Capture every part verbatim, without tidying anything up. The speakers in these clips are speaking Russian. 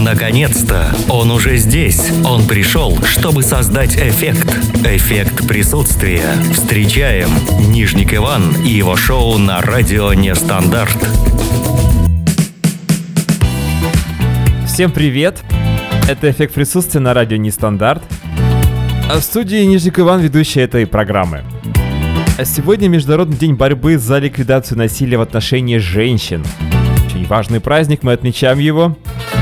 Наконец-то! Он уже здесь. Он пришел, чтобы создать эффект. Эффект присутствия. Встречаем Нижник Иван и его шоу на радио Нестандарт. Всем привет! Это «Эффект присутствия» на радио Нестандарт. А в студии Нижник Иван, ведущий этой программы. А сегодня Международный день борьбы за ликвидацию насилия в отношении женщин. Очень важный праздник, мы отмечаем его.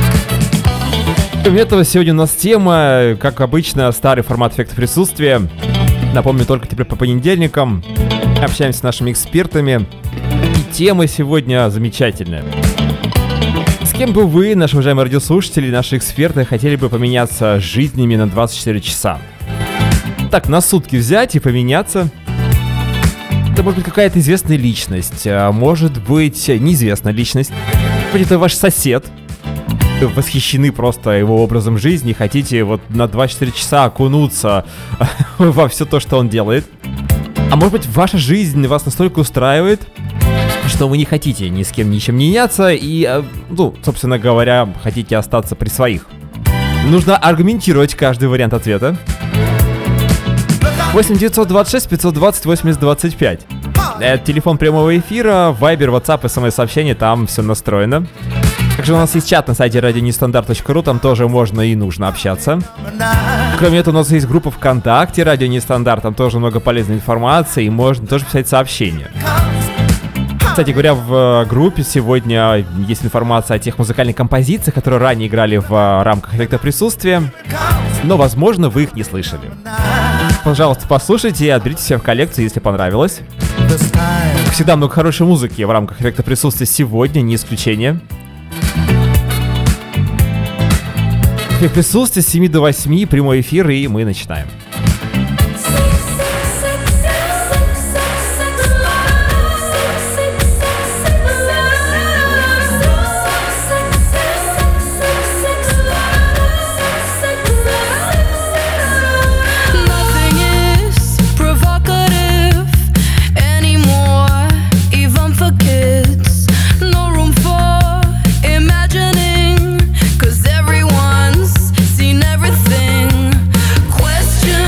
Кроме этого, сегодня у нас тема, как обычно, старый формат «Эффекта присутствия». Напомню, только теперь по понедельникам. Общаемся с нашими экспертами. И тема сегодня замечательная. С кем бы вы, наши уважаемые радиослушатели, наши эксперты, хотели бы поменяться жизнями на двадцать четыре часа? Так, на сутки взять и поменяться. Это может быть какая-то известная личность, а может быть неизвестная личность. Может быть, это ваш сосед. Вы восхищены просто его образом жизни, хотите вот на двадцать четыре часа окунуться во все то, что он делает. А может быть, ваша жизнь вас настолько устраивает, что вы не хотите ни с кем ничем меняться и, ну, собственно говоря, хотите остаться при своих. Нужно аргументировать каждый вариант ответа. восемь девятьсот двадцать шесть пятьсот двадцать восемьдесят двадцать пять. Это телефон прямого эфира, Viber, WhatsApp, смс-сообщение, там все настроено. Также у нас есть чат на сайте радио нестандарт точка ру, там тоже можно и нужно общаться. Кроме этого, у нас есть группа ВКонтакте «Радио Нестандарт», там тоже много полезной информации, и можно тоже писать сообщения. Кстати говоря, в группе сегодня есть информация о тех музыкальных композициях, которые ранее играли в рамках «Эффекта присутствия», но, возможно, вы их не слышали. Пожалуйста, послушайте и отберите себе в коллекцию, если понравилось. Всегда много хорошей музыки в рамках «Эффекта присутствия» сегодня, не исключение. «Эффект присутствия» с семи до восьми, прямой эфир, и мы начинаем. Question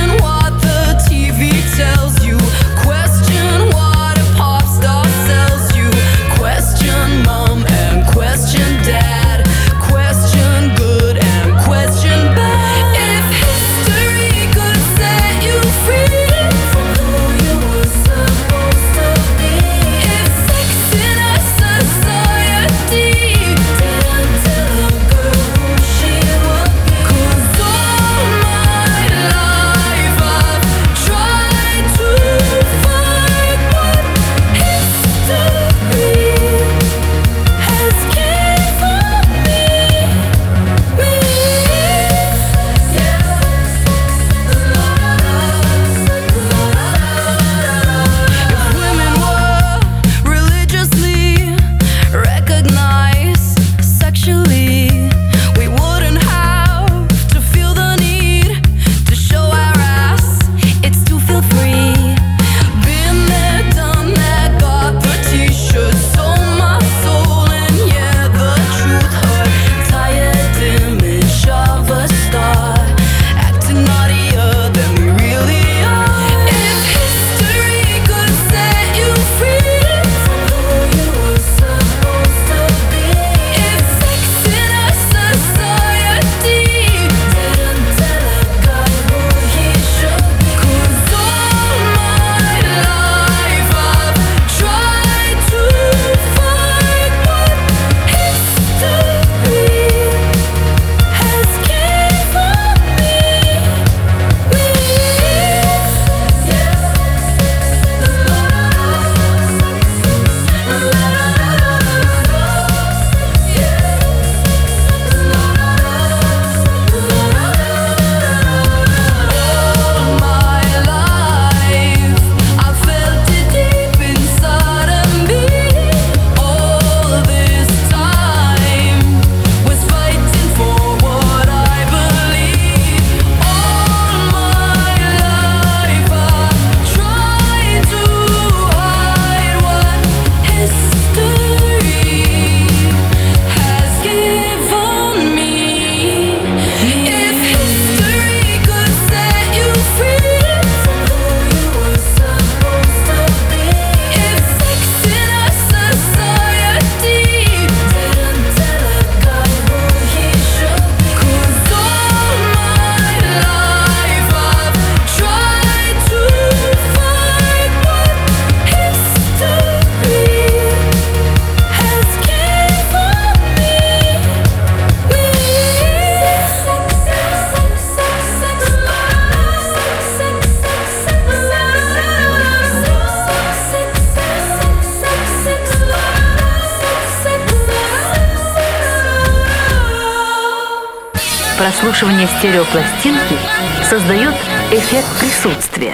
Прослушивание стереопластинки создает эффект присутствия.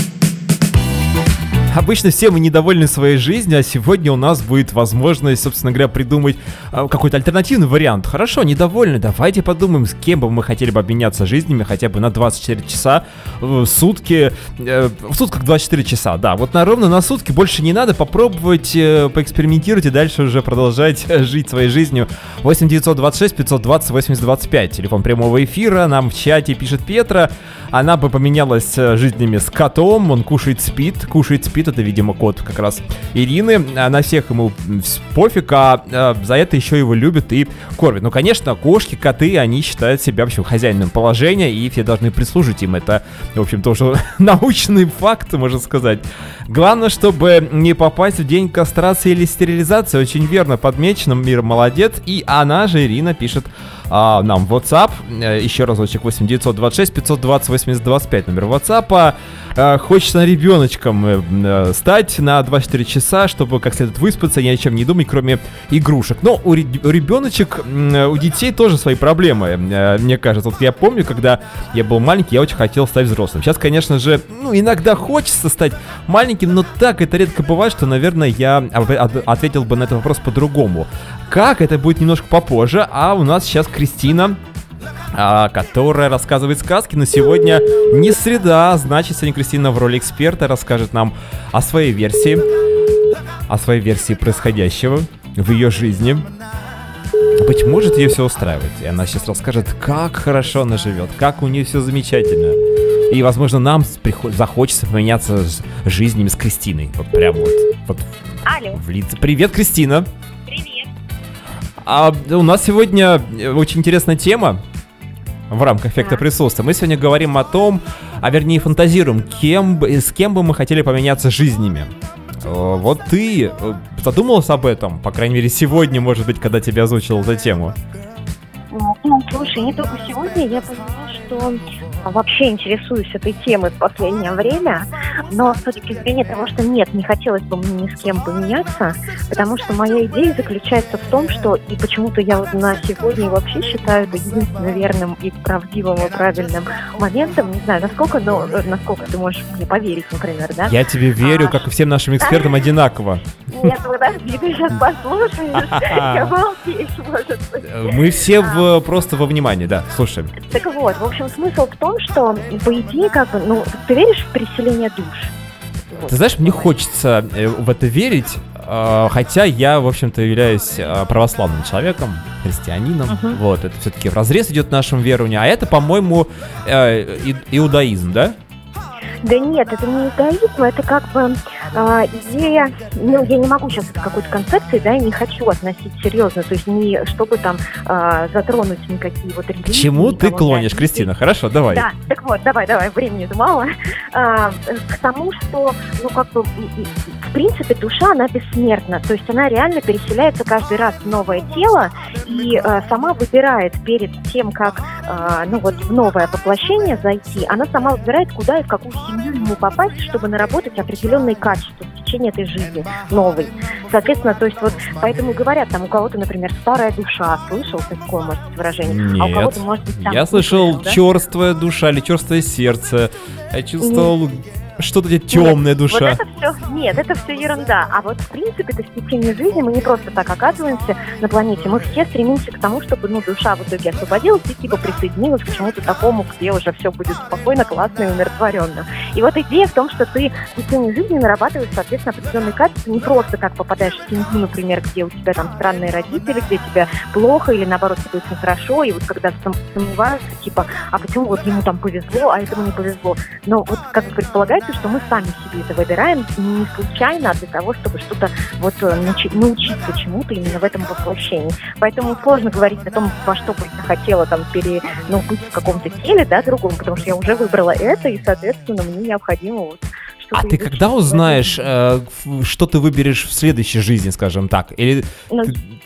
Обычно все мы недовольны своей жизнью, а сегодня у нас будет возможность, собственно говоря, придумать э, какой-то альтернативный вариант. Хорошо, недовольны, давайте подумаем, с кем бы мы хотели бы обменяться жизнями хотя бы на двадцать четыре часа в сутки. Э, в сутках двадцать четыре часа, да. Вот на ровно на сутки больше не надо, попробовать, э, поэкспериментировать и дальше уже продолжать э, жить своей жизнью. восемь девятьсот двадцать шесть пятьсот двадцать восемьдесят двадцать пять, телефон прямого эфира, нам в чате пишет Петра. Она бы поменялась жизнями с котом, он кушает, спит, кушает, спит, это, видимо, кот как раз Ирины, на всех ему пофиг, а, а за это еще его любят и кормят. Ну, конечно, кошки, коты, они считают себя вообще хозяином положения, и все должны прислужить им, это, в общем, тоже научный факт, можно сказать. Главное, чтобы не попасть в день кастрации или стерилизации, очень верно подмечено, Мир молодец, и она же, Ирина, пишет а, нам в WhatsApp, еще разочек, восемь девятьсот двадцать шесть пятьсот двадцать восемьдесят двадцать пять, номер WhatsApp. а, Хочется ребеночком э, стать на двадцать четыре часа, чтобы как следует выспаться, ни о чем не думать, кроме игрушек. Но у, ре- у ребеночек, у детей тоже свои проблемы, э, мне кажется. Вот я помню, когда я был маленький, я очень хотел стать взрослым. Сейчас, конечно же, ну, иногда хочется стать маленьким, но так это редко бывает, что, наверное, я ответил бы на этот вопрос по-другому. Как? Это будет немножко попозже, а у нас сейчас Кристина, а, которая рассказывает сказки, но сегодня не среда, значит, сегодня Кристина в роли эксперта расскажет нам о своей версии, о своей версии происходящего в ее жизни. Быть может, ее все устраивает, и она сейчас расскажет, как хорошо она живет, как у нее все замечательно. И, возможно, нам приход- захочется поменяться с жизнями с Кристиной. Вот прям вот, вот Алло. в лице. Привет, Кристина. Привет. А у нас сегодня очень интересная тема в рамках эффекта Да. присутствия. Мы сегодня говорим о том, а вернее фантазируем, кем, бы- с кем бы мы хотели поменяться жизнями. Э, Вот ты э, задумалась об этом? По крайней мере, сегодня, может быть, когда тебе озвучил эту тему. Ну, слушай, не только сегодня я поняла, что вообще интересуюсь этой темой в последнее время, но с точки зрения того, что нет, не хотелось бы мне ни с кем поменяться, потому что моя идея заключается в том, что, и почему-то я вот на сегодня вообще считаю это единственно верным и правдивым и правильным моментом, не знаю, насколько, но насколько ты можешь мне поверить, например, да? Я тебе верю, А. как и всем нашим экспертам, одинаково. Нет, подожди, ты сейчас послушаешь, я обалдеешь, может быть. Э, Мы все в, просто во внимании, да, слушаем. Так вот, в общем, смысл в том, что, по идее, как бы, ну, ты веришь в переселение душ? Вот. Ты знаешь, мне хочется э, в это верить, э, хотя я, в общем-то, являюсь э, православным человеком, христианином. Мгм. Вот, это все-таки вразрез идет нашему верованию, а это, по-моему, э, и- иудаизм, да? Да нет, это не иудаизм, это как бы а, идея, ну, я не могу сейчас это какой-то концепции, да, и не хочу относить серьезно, то есть не чтобы там а, затронуть никакие вот религии. К чему ты никого клонишь, не Кристина? Хорошо, давай. Да, так вот, давай, давай, времени-то мало. А, к тому, что, ну, как бы, в принципе, душа, она бессмертна. То есть она реально переселяется каждый раз в новое тело и а, сама выбирает перед тем, как, а, ну, вот в новое воплощение зайти, она сама выбирает, куда и в какую семью ему попасть, чтобы наработать определенные качества в течение этой жизни новой. Соответственно, то есть вот поэтому говорят, там у кого-то, например, старая душа, слышал такое, может быть, выражение? А у Нет, кого-то, может быть, там, я слышал слышал, да? черствая душа или черствое сердце. Я чувствовал что-то темная Нет, душа. Вот это все, нет, это все ерунда. А вот в принципе-то в течение жизни мы не просто так оказываемся на планете. Мы все стремимся к тому, чтобы, ну, душа в итоге освободилась и типа присоединилась к чему-то такому, где уже все будет спокойно, классно и умиротворенно. И вот идея в том, что ты в течение жизни нарабатываешь, соответственно, определенные качества, не просто как попадаешь в семью, например, где у тебя там странные родители, где тебе плохо или наоборот тебе очень хорошо, и вот когда сом- сомневаются, типа, а почему вот ему там повезло, а этому не повезло. Но вот как предполагается, что мы сами себе это выбираем не случайно, а для того, чтобы что-то вот научи- научиться чему-то именно в этом воплощении. Поэтому сложно говорить о том, во что бы я хотела там пере, ну, быть в каком-то теле, да, другом, потому что я уже выбрала это, и, соответственно, мне необходимо вот что-то А ты изучить когда в узнаешь, этом. э, ф- что ты выберешь в следующей жизни, скажем так? Или Ну, ты-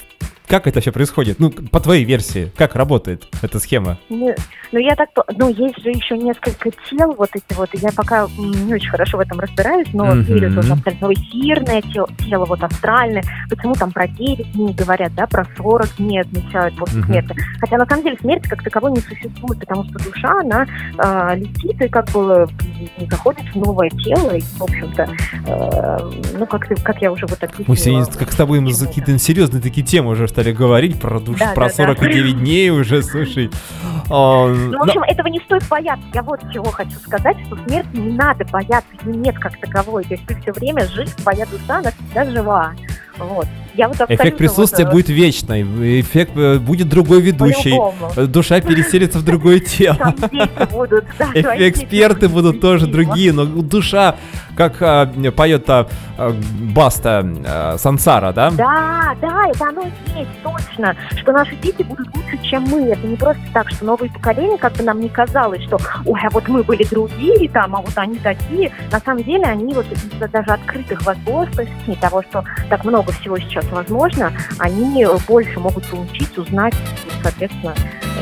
как это вообще происходит? Ну, по твоей версии, как работает эта схема? Не- Ну, я так, по- ну, есть же еще несколько тел, вот эти вот, я пока м, не очень хорошо в этом разбираюсь, но Мгм. верю тоже абсолютно эфирное тело, тело, вот астральное, почему там про девять дней говорят, да, про сорок дней отмечают после Мгм. смерти. Хотя на самом деле смерти как таковой не существует, потому что душа, она э, летит и как бы не заходит в новое тело, и, в общем-то, э, ну, как, ты- как я уже вот объяснила. Мы сегодня как с тобой мы за почему-то. какие-то серьезные такие темы уже стали говорить, про душу, Да, про да, да. сорок девять дней уже, слушай. А, Ну, в но- общем, этого не стоит бояться. Я вот чего хочу сказать, что смерти не надо бояться, ее нет как таковой. То есть ты все время жив, твоя душа, она всегда жива. Вот. Я вот абсолютно Эффект присутствия вот, э, будет вечный, эффект э, будет другой ведущий, по-любому. э, душа переселится в другое тело. Там дети будут, да, твои Эф- дети Эксперты будут тоже вести. другие, но душа, как а, поет а, а, Баста а, Сансара, да? Да, да, это оно и есть, точно, что наши дети будут лучше, чем мы. Это не просто так, что новые поколения, как бы нам не казалось, что, ой, а вот мы были другие там, а вот они такие. На самом деле они вот из-за даже открытых возможностей, того, что так много всего сейчас возможно, они больше могут получить, узнать и, соответственно,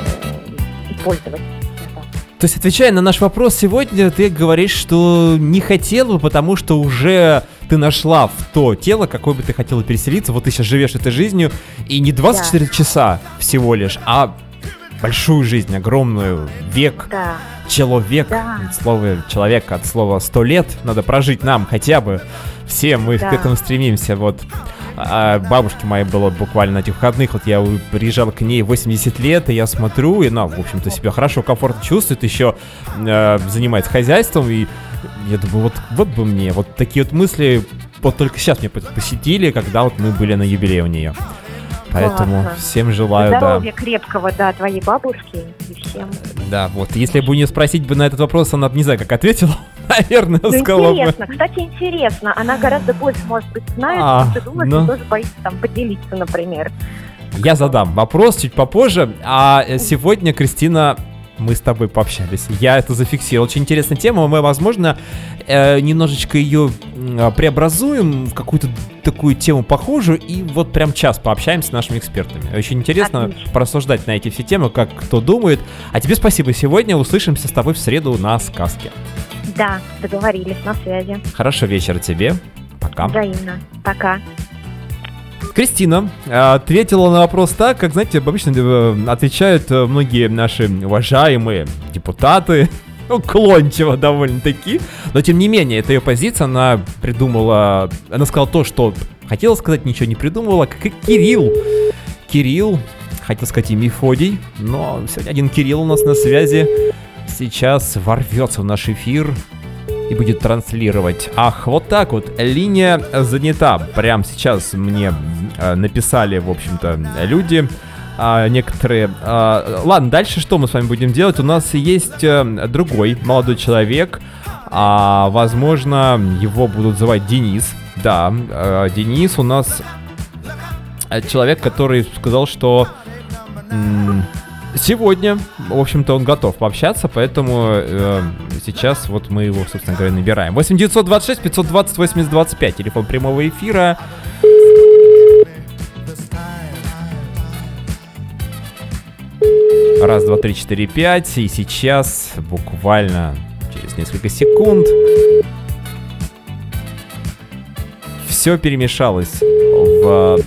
э, использовать. То есть, отвечая на наш вопрос сегодня, ты говоришь, что не хотела бы, потому что уже ты нашла в то тело, какое бы ты хотела переселиться, вот ты сейчас живешь этой жизнью, и не двадцать четыре часа всего лишь, а большую жизнь, огромную, век, Да. человек, Да. от слова человек, от слова сто лет надо прожить нам хотя бы. Все мы Да. к этому стремимся, вот. А бабушке моей было буквально на этих выходных, вот я у- приезжал к ней восемьдесят лет, и я смотрю, и она, в общем-то, себя хорошо, комфортно чувствует, еще э, занимается хозяйством, и я думаю, вот, вот бы мне, вот такие вот мысли, вот только сейчас мне посетили, когда вот мы были на юбилее у нее. Поэтому Классно. всем желаю, да. Здоровья крепкого, да, твоей бабушки и всем. Да, вот, если бы не спросить бы на этот вопрос, она бы не знаю, как ответила, наверное, Ну, сказала бы. интересно, кстати, интересно. Она гораздо больше, может быть, знает, А, чем ты думаешь, ну. и тоже боится там поделиться, например. Я задам вопрос чуть попозже, а э, сегодня, Кристина, мы с тобой пообщались. Я это зафиксировал. Очень интересная тема. Мы, возможно, э, немножечко ее м, преобразуем в какую-то такую тему похожую, и вот прям час пообщаемся с нашими экспертами. Очень интересно Отлично. порассуждать на эти все темы, как кто думает. А тебе спасибо. Сегодня услышимся с тобой в среду на сказке. Да, договорились, на связи. Хорошего вечера тебе. Пока. Взаимно. Пока. Кристина э, ответила на вопрос так, как, знаете, обычно э, отвечают э, многие наши уважаемые депутаты, уклончиво довольно-таки, но тем не менее, это ее позиция, она придумала, она сказала то, что хотела сказать, ничего не придумывала, как и Кирилл. Кирилл, хотел сказать и Мефодий, но сегодня один Кирилл у нас на связи, сейчас ворвется в наш эфир и будет транслировать. Ах, вот так вот, линия занята. Прямо сейчас мне э, написали, в общем-то, люди э, некоторые. Э, ладно, дальше что мы с вами будем делать? У нас есть э, другой молодой человек. А, возможно, его будут звать Денис. Да, э, Денис у нас э, человек, который сказал, что... м, сегодня, в общем-то, он готов пообщаться, поэтому э, сейчас вот мы его, собственно говоря, набираем. восемь девятьсот двадцать шесть пятьсот двадцать восемьдесят двадцать пять, телефон прямого эфира. Раз, два, три, четыре, пять. И сейчас, буквально через несколько секунд, все перемешалось в...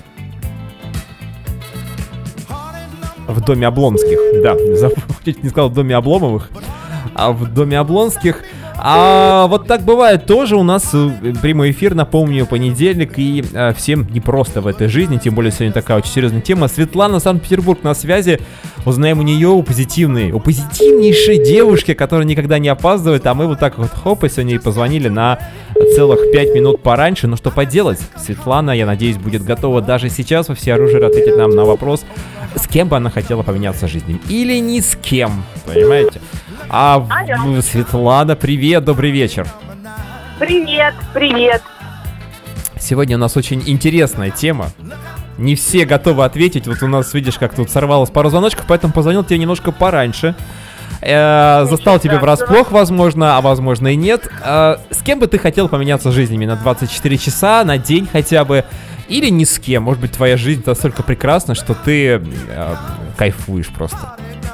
В доме Облонских, да, чуть не сказал в доме Обломовых, а в доме Облонских. А вот так бывает тоже у нас э, прямой эфир, напомню, понедельник, и э, всем непросто в этой жизни, тем более сегодня такая очень серьезная тема. Светлана, Санкт-Петербург, на связи. Узнаем у нее, у позитивной, у позитивнейшей девушки, которая никогда не опаздывает, а мы вот так вот хоп, и сегодня ей позвонили на целых пять минут пораньше. Но что поделать, Светлана, я надеюсь, будет готова даже сейчас во всеоружии ответить нам на вопрос, с кем бы она хотела поменяться жизнью. Или ни с кем, понимаете? А Алло. Светлана, привет, добрый вечер. Привет, привет. Сегодня у нас очень интересная тема. Не все готовы ответить. Вот у нас, видишь, как тут сорвалось пару звоночков, поэтому позвонил тебе немножко пораньше. Э, застал тебя врасплох, возможно, а возможно и нет. Э, с кем бы ты хотел поменяться жизнями на двадцать четыре часа, на день хотя бы? Или ни с кем. Может быть, твоя жизнь настолько прекрасна, что ты э, кайфуешь просто.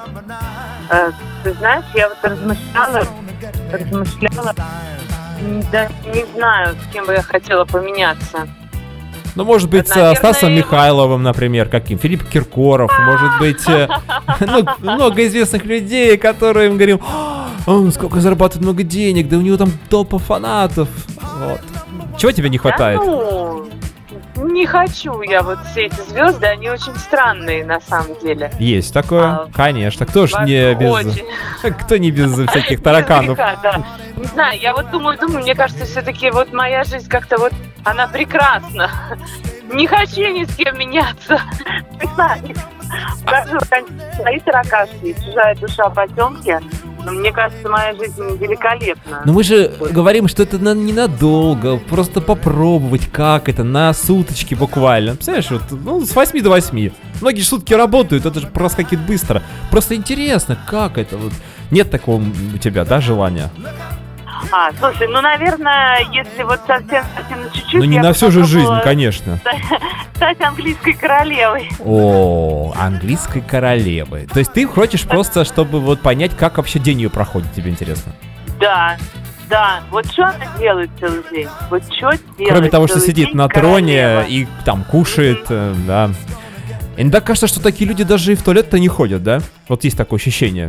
Э, ты знаешь, я вот размышляла, размышляла, да, не знаю, с кем бы я хотела поменяться. Ну, может быть, Наверное, с Стасом его... Михайловым, например, каким? Филипп Киркоров, может быть, э, ну, много известных людей, которые им говорим, он сколько зарабатывает, много денег, да у него там толпа фанатов. Вот. Чего тебе не хватает? Да, ну, не хочу я вот все эти звезды, они очень странные на самом деле. Есть такое, А, конечно. Кто ж не без... очень. Кто не без всяких тараканов? Без греха, да. Не знаю, я вот думаю, думаю, мне кажется, все-таки вот моя жизнь как-то вот, она прекрасна. Не хочу я ни с кем меняться. Скажу, свои таракашки, чужая душа потемки. Но мне кажется, моя жизнь великолепна. Но мы же говорим, что это на- ненадолго, просто попробовать, как это, на суточки буквально. Представляешь, вот, ну, с восьми до восьми. Многие сутки работают, это же проскакивает быстро. Просто интересно, как это вот. Нет такого у тебя, да, желания? А, слушай, ну, наверное, если вот совсем-совсем на чуть-чуть... Ну, не я на всю же жизнь, попробовала конечно. стать английской королевой. О, английской королевы. То есть ты хочешь просто, чтобы вот понять, как вообще день ее проходит, тебе интересно? Да, да. Вот что она делает целый день? Вот что делает Кроме того, что целый сидит день на троне королева? и там кушает, э, да. Иногда кажется, что такие люди даже и в туалет-то не ходят, да? Вот есть такое ощущение.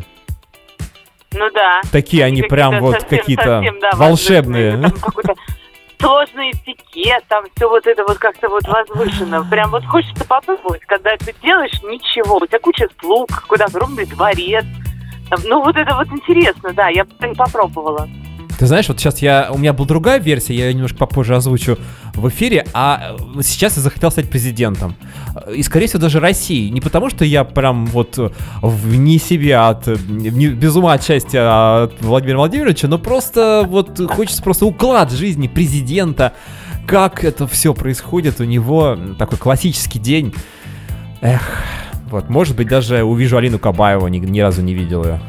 Ну да. Такие они прям вот совсем- какие-то совсем, да, волшебные. возвышенные, там какой-то сложный этикет, там все вот это вот как-то вот возвышенно. Прям вот хочется попробовать, когда ты делаешь ничего, у тебя куча слуг, какой-то огромный дворец. Там, ну вот это вот интересно, да, я бы попробовала. Ты знаешь, вот сейчас я, у меня была другая версия, я ее немножко попозже озвучу в эфире, а сейчас я захотел стать президентом. И, скорее всего, даже России. Не потому, что я прям вот вне себя, от, не, без ума от счастья от Владимира Владимировича, но просто вот хочется просто уклад жизни президента, как это все происходит у него, такой классический день. Эх, вот, может быть, даже увижу Алину Кабаеву, ни, ни разу не видел ее.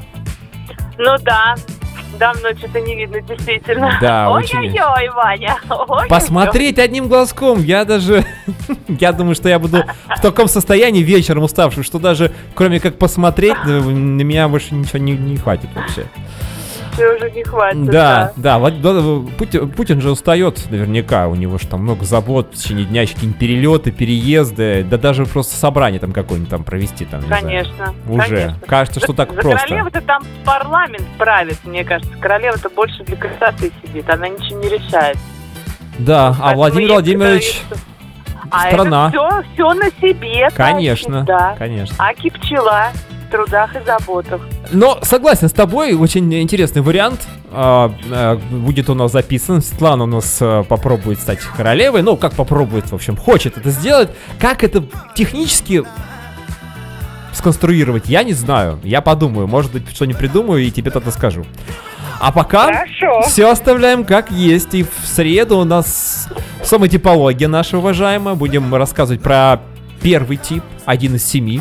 Ну да. Давно что-то не видно, действительно. Да, очень. Ой-ой-ой, Ваня. Ой-ой-ой. Посмотреть одним глазком, я даже, я думаю, что я буду в таком состоянии вечером уставшим, что даже кроме как посмотреть, на меня больше ничего не, не хватит вообще. Все уже не хватит. Да, да, Влад- да, Путин, Путин же устает наверняка, у него же там много забот в течение дня, какие-нибудь перелеты, переезды, да даже просто собрание там какое-нибудь там провести там. не знаю. Конечно. Уже. Конечно. Кажется, что За- так за просто. королеву-то там парламент правит, мне кажется. Королева-то больше для красоты сидит, она ничего не решает. Да, а Поэтому Владимир если Владимирович, это- а страна. это все, все на себе. Конечно, Да. конечно. Аки пчела в трудах и заботах. Но согласен с тобой, очень интересный вариант. А, а, будет у нас записан. Светлана у нас а, попробует стать королевой. Ну, как попробует, в общем, хочет это сделать. Как это технически сконструировать, я не знаю. Я подумаю, может быть, что не придумаю и тебе тогда скажу. А пока Хорошо. все оставляем как есть. И в среду у нас самотипология наша уважаемая. Будем рассказывать про первый тип, один из семи.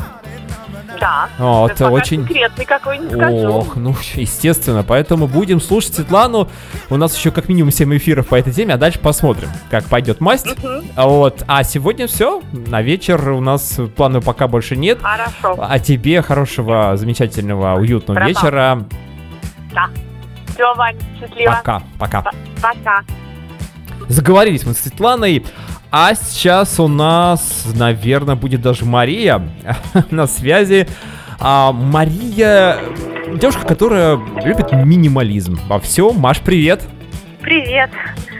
Да. Вот, Это пока очень... секретный какой, не скажу. Ох, ну, естественно, поэтому будем слушать Светлану. У нас еще как минимум семь эфиров по этой теме, а дальше посмотрим, как пойдет масть. Вот, а сегодня все, на вечер у нас планов пока больше нет. Хорошо. А тебе хорошего, замечательного, уютного Браво. вечера. Да. Все, Вань, счастливо. Пока, пока. П- Пока. Заговорились мы с Светланой. А сейчас у нас, наверное, будет даже Мария на связи. А, Мария, девушка, которая любит минимализм во всем. Маш, привет. Привет.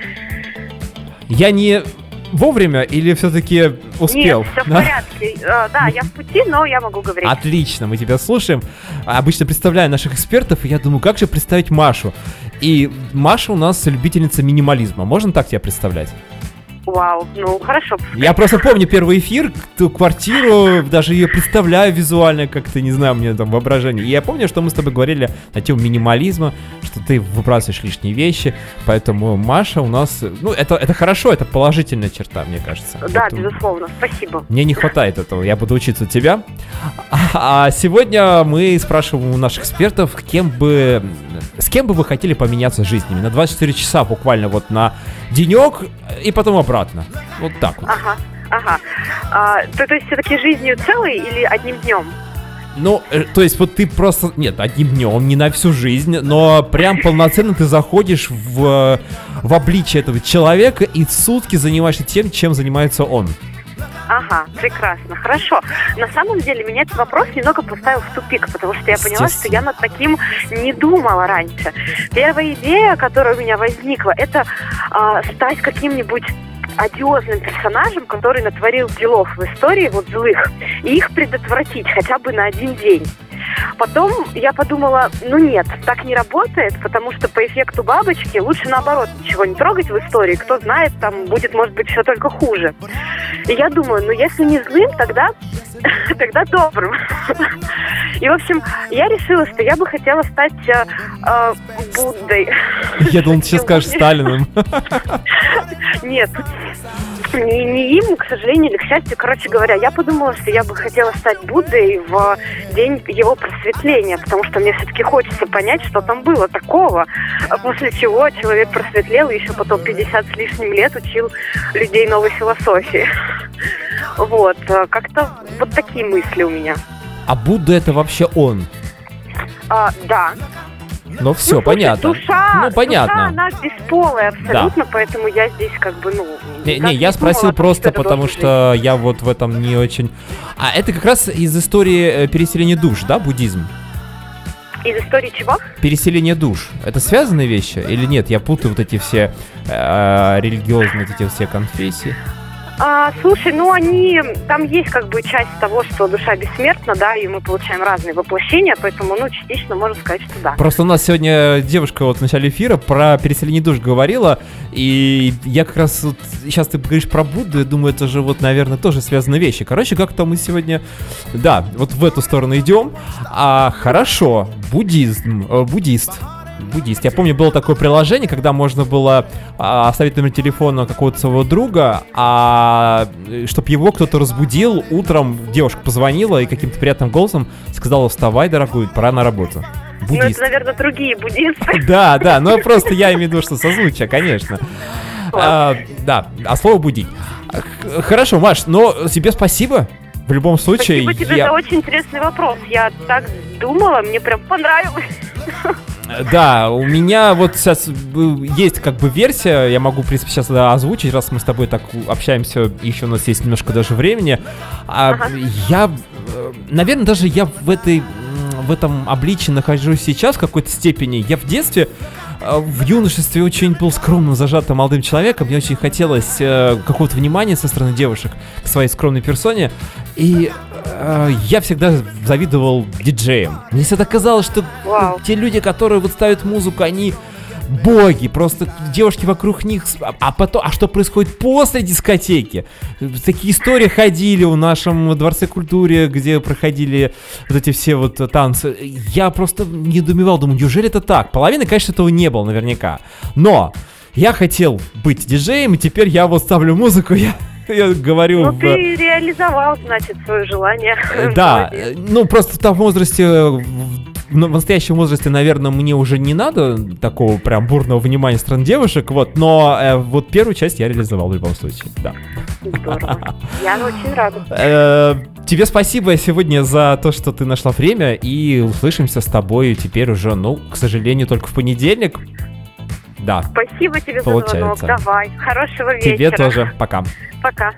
Я не вовремя или все-таки успел? Нет, все в Да? порядке. Э, Да, я в пути, но я могу говорить. Отлично, мы тебя слушаем. Обычно представляю наших экспертов, и я думаю, как же представить Машу? И Маша у нас любительница минимализма. Можно так тебя представлять? Вау, ну хорошо. Я просто помню первый эфир, ту квартиру, даже ее представляю визуально, как-то, не знаю, у меня там воображение. И я помню, что мы с тобой говорили на тему минимализма, что ты выбрасываешь лишние вещи, поэтому Маша у нас... Ну, это, это хорошо, это положительная черта, мне кажется. Да, Вот, безусловно, спасибо. мне не хватает этого, я буду учиться у тебя. А, а сегодня мы спрашиваем у наших экспертов, кем бы, с кем бы вы хотели поменяться жизнями. На двадцать четыре часа буквально вот на денек и потом обратно. Вот так вот. Ага. Ага. А, то, то есть все-таки жизнью целой или одним днем? Ну, э, то есть вот ты просто... Нет, одним днем, не на всю жизнь, но прям полноценно ты заходишь в, в обличие этого человека и сутки занимаешься тем, чем занимается он. Ага, прекрасно, хорошо. На самом деле меня этот вопрос немного поставил в тупик, потому что я поняла, что я над таким не думала раньше. Первая идея, которая у меня возникла, это э, стать каким-нибудь одиозным персонажем, который натворил делов в истории, вот злых, и их предотвратить хотя бы на один день. Потом я подумала, ну нет, так не работает, потому что по эффекту бабочки лучше наоборот ничего не трогать в истории. Кто знает, там будет, может быть, все только хуже. И я думаю, ну если не злым, тогда, тогда добрым. И, в общем, я решила, что я бы хотела стать э, э, Буддой. Я думал, ты сейчас скажешь Сталиным. Нет, не, не им, к сожалению или к счастью. Короче говоря, я подумала, что я бы хотела стать Буддой в день его просветления, потому что мне все-таки хочется понять, что там было такого, после чего человек просветлел и еще потом пятьдесят с лишним лет учил людей новой философии. Вот, как-то вот такие мысли у меня. А Будда это вообще он? А, да. Ну все, ну, слушай, понятно. Душа, ну, понятно. Душа, она бесполая абсолютно, да. Поэтому я здесь как бы, ну... Не, не я спросил думала, просто что потому, что я вот в этом не очень... А это как раз из истории переселения душ, да, буддизм? Из истории чего? Переселение душ. Это связанные вещи или нет? Я путаю вот эти все э, религиозные, вот эти все конфессии. А, слушай, ну они, там есть как бы часть того, что душа бессмертна, да, и мы получаем разные воплощения, поэтому, ну, частично можно сказать, что да. Просто у нас сегодня девушка вот в начале эфира про переселение душ говорила, и я как раз вот, сейчас ты говоришь про Будду, я думаю, это же вот, наверное, тоже связанные вещи. Короче, как-то мы сегодня, да, вот в эту сторону идем. А, хорошо, буддизм, э, буддист. Буддист. Я помню, было такое приложение, когда можно было а, оставить номер телефона какого-то своего друга, а чтобы его кто-то разбудил, утром девушка позвонила и каким-то приятным голосом сказала: вставай, дорогой, пора на работу. Буддист. Ну, это, наверное, другие буддисты. Да, да, но просто я имею в виду, что созвучие, конечно. Да, а слово будить. Хорошо, Маш, но тебе спасибо. В любом случае... Спасибо тебе за очень интересный вопрос. Я так думала, мне прям понравилось. Да, у меня вот сейчас есть как бы версия, я могу, в принципе, сейчас озвучить, раз мы с тобой так общаемся, еще у нас есть немножко даже времени. Ага. Я, наверное, даже я в этой, в этом обличии нахожусь сейчас в какой-то степени. Я в детстве, в юношестве очень был скромным, зажатым молодым человеком. Мне очень хотелось э, какого-то внимания со стороны девушек к своей скромной персоне. И э, я всегда завидовал диджеям. Мне всегда казалось, что Вау. те люди, которые вот ставят музыку, они боги, просто девушки вокруг них. А, а потом, а что происходит после дискотеки? Такие истории ходили в нашем Дворце культуры, где проходили вот эти все вот танцы. Я просто недоумевал, думаю, неужели это так? Половины, конечно, этого не было наверняка. Но я хотел быть диджеем, и теперь я вот ставлю музыку, я... Я говорю... Ну, в... ты реализовал, значит, свое желание. Да, ну, просто в том возрасте, в, в настоящем возрасте, наверное, мне уже не надо такого прям бурного внимания стран девушек, вот, но э, вот первую часть я реализовал в любом случае, да. Здорово. Я очень рада. Э, тебе спасибо сегодня за то, что ты нашла время, и услышимся с тобой теперь уже, ну, к сожалению, только в понедельник. Да. Спасибо тебе Получается. за звонок. Давай. Хорошего вечера. Тебе тоже. Пока. Пока.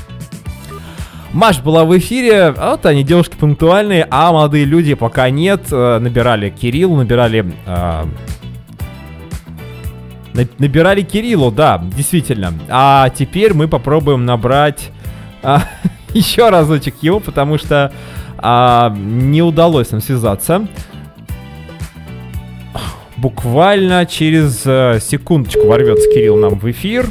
Маш была в эфире, вот они, девушки пунктуальные, а молодые люди пока нет. Набирали Кириллу, набирали... Э, набирали Кириллу, да, действительно. А теперь мы попробуем набрать э, еще разочек его, потому что э, не удалось нам связаться. Буквально через э, секундочку ворвется Кирилл нам в эфир.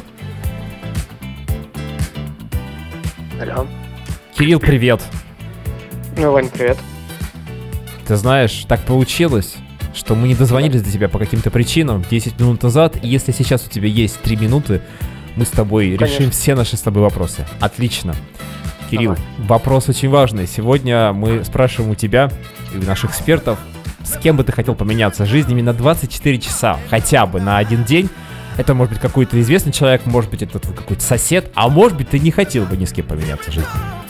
Алло. Кирилл, привет. Ну, Вань, привет. Ты знаешь, так получилось, что мы не дозвонились до тебя по каким-то причинам десять минут назад. И если сейчас у тебя есть три минуты, мы с тобой Конечно. решим все наши с тобой вопросы. Отлично. Кирилл, Давай. вопрос очень важный. Сегодня мы спрашиваем у тебя и у наших экспертов, с кем бы ты хотел поменяться жизнями на двадцать четыре часа, хотя бы на один день. Это может быть какой-то известный человек, может быть, это твой какой-то сосед, а может быть, ты не хотел бы ни с кем поменяться в жизни.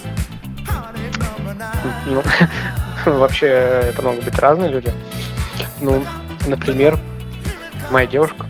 Ну, вообще, это могут быть разные люди. Ну, например, моя девушка.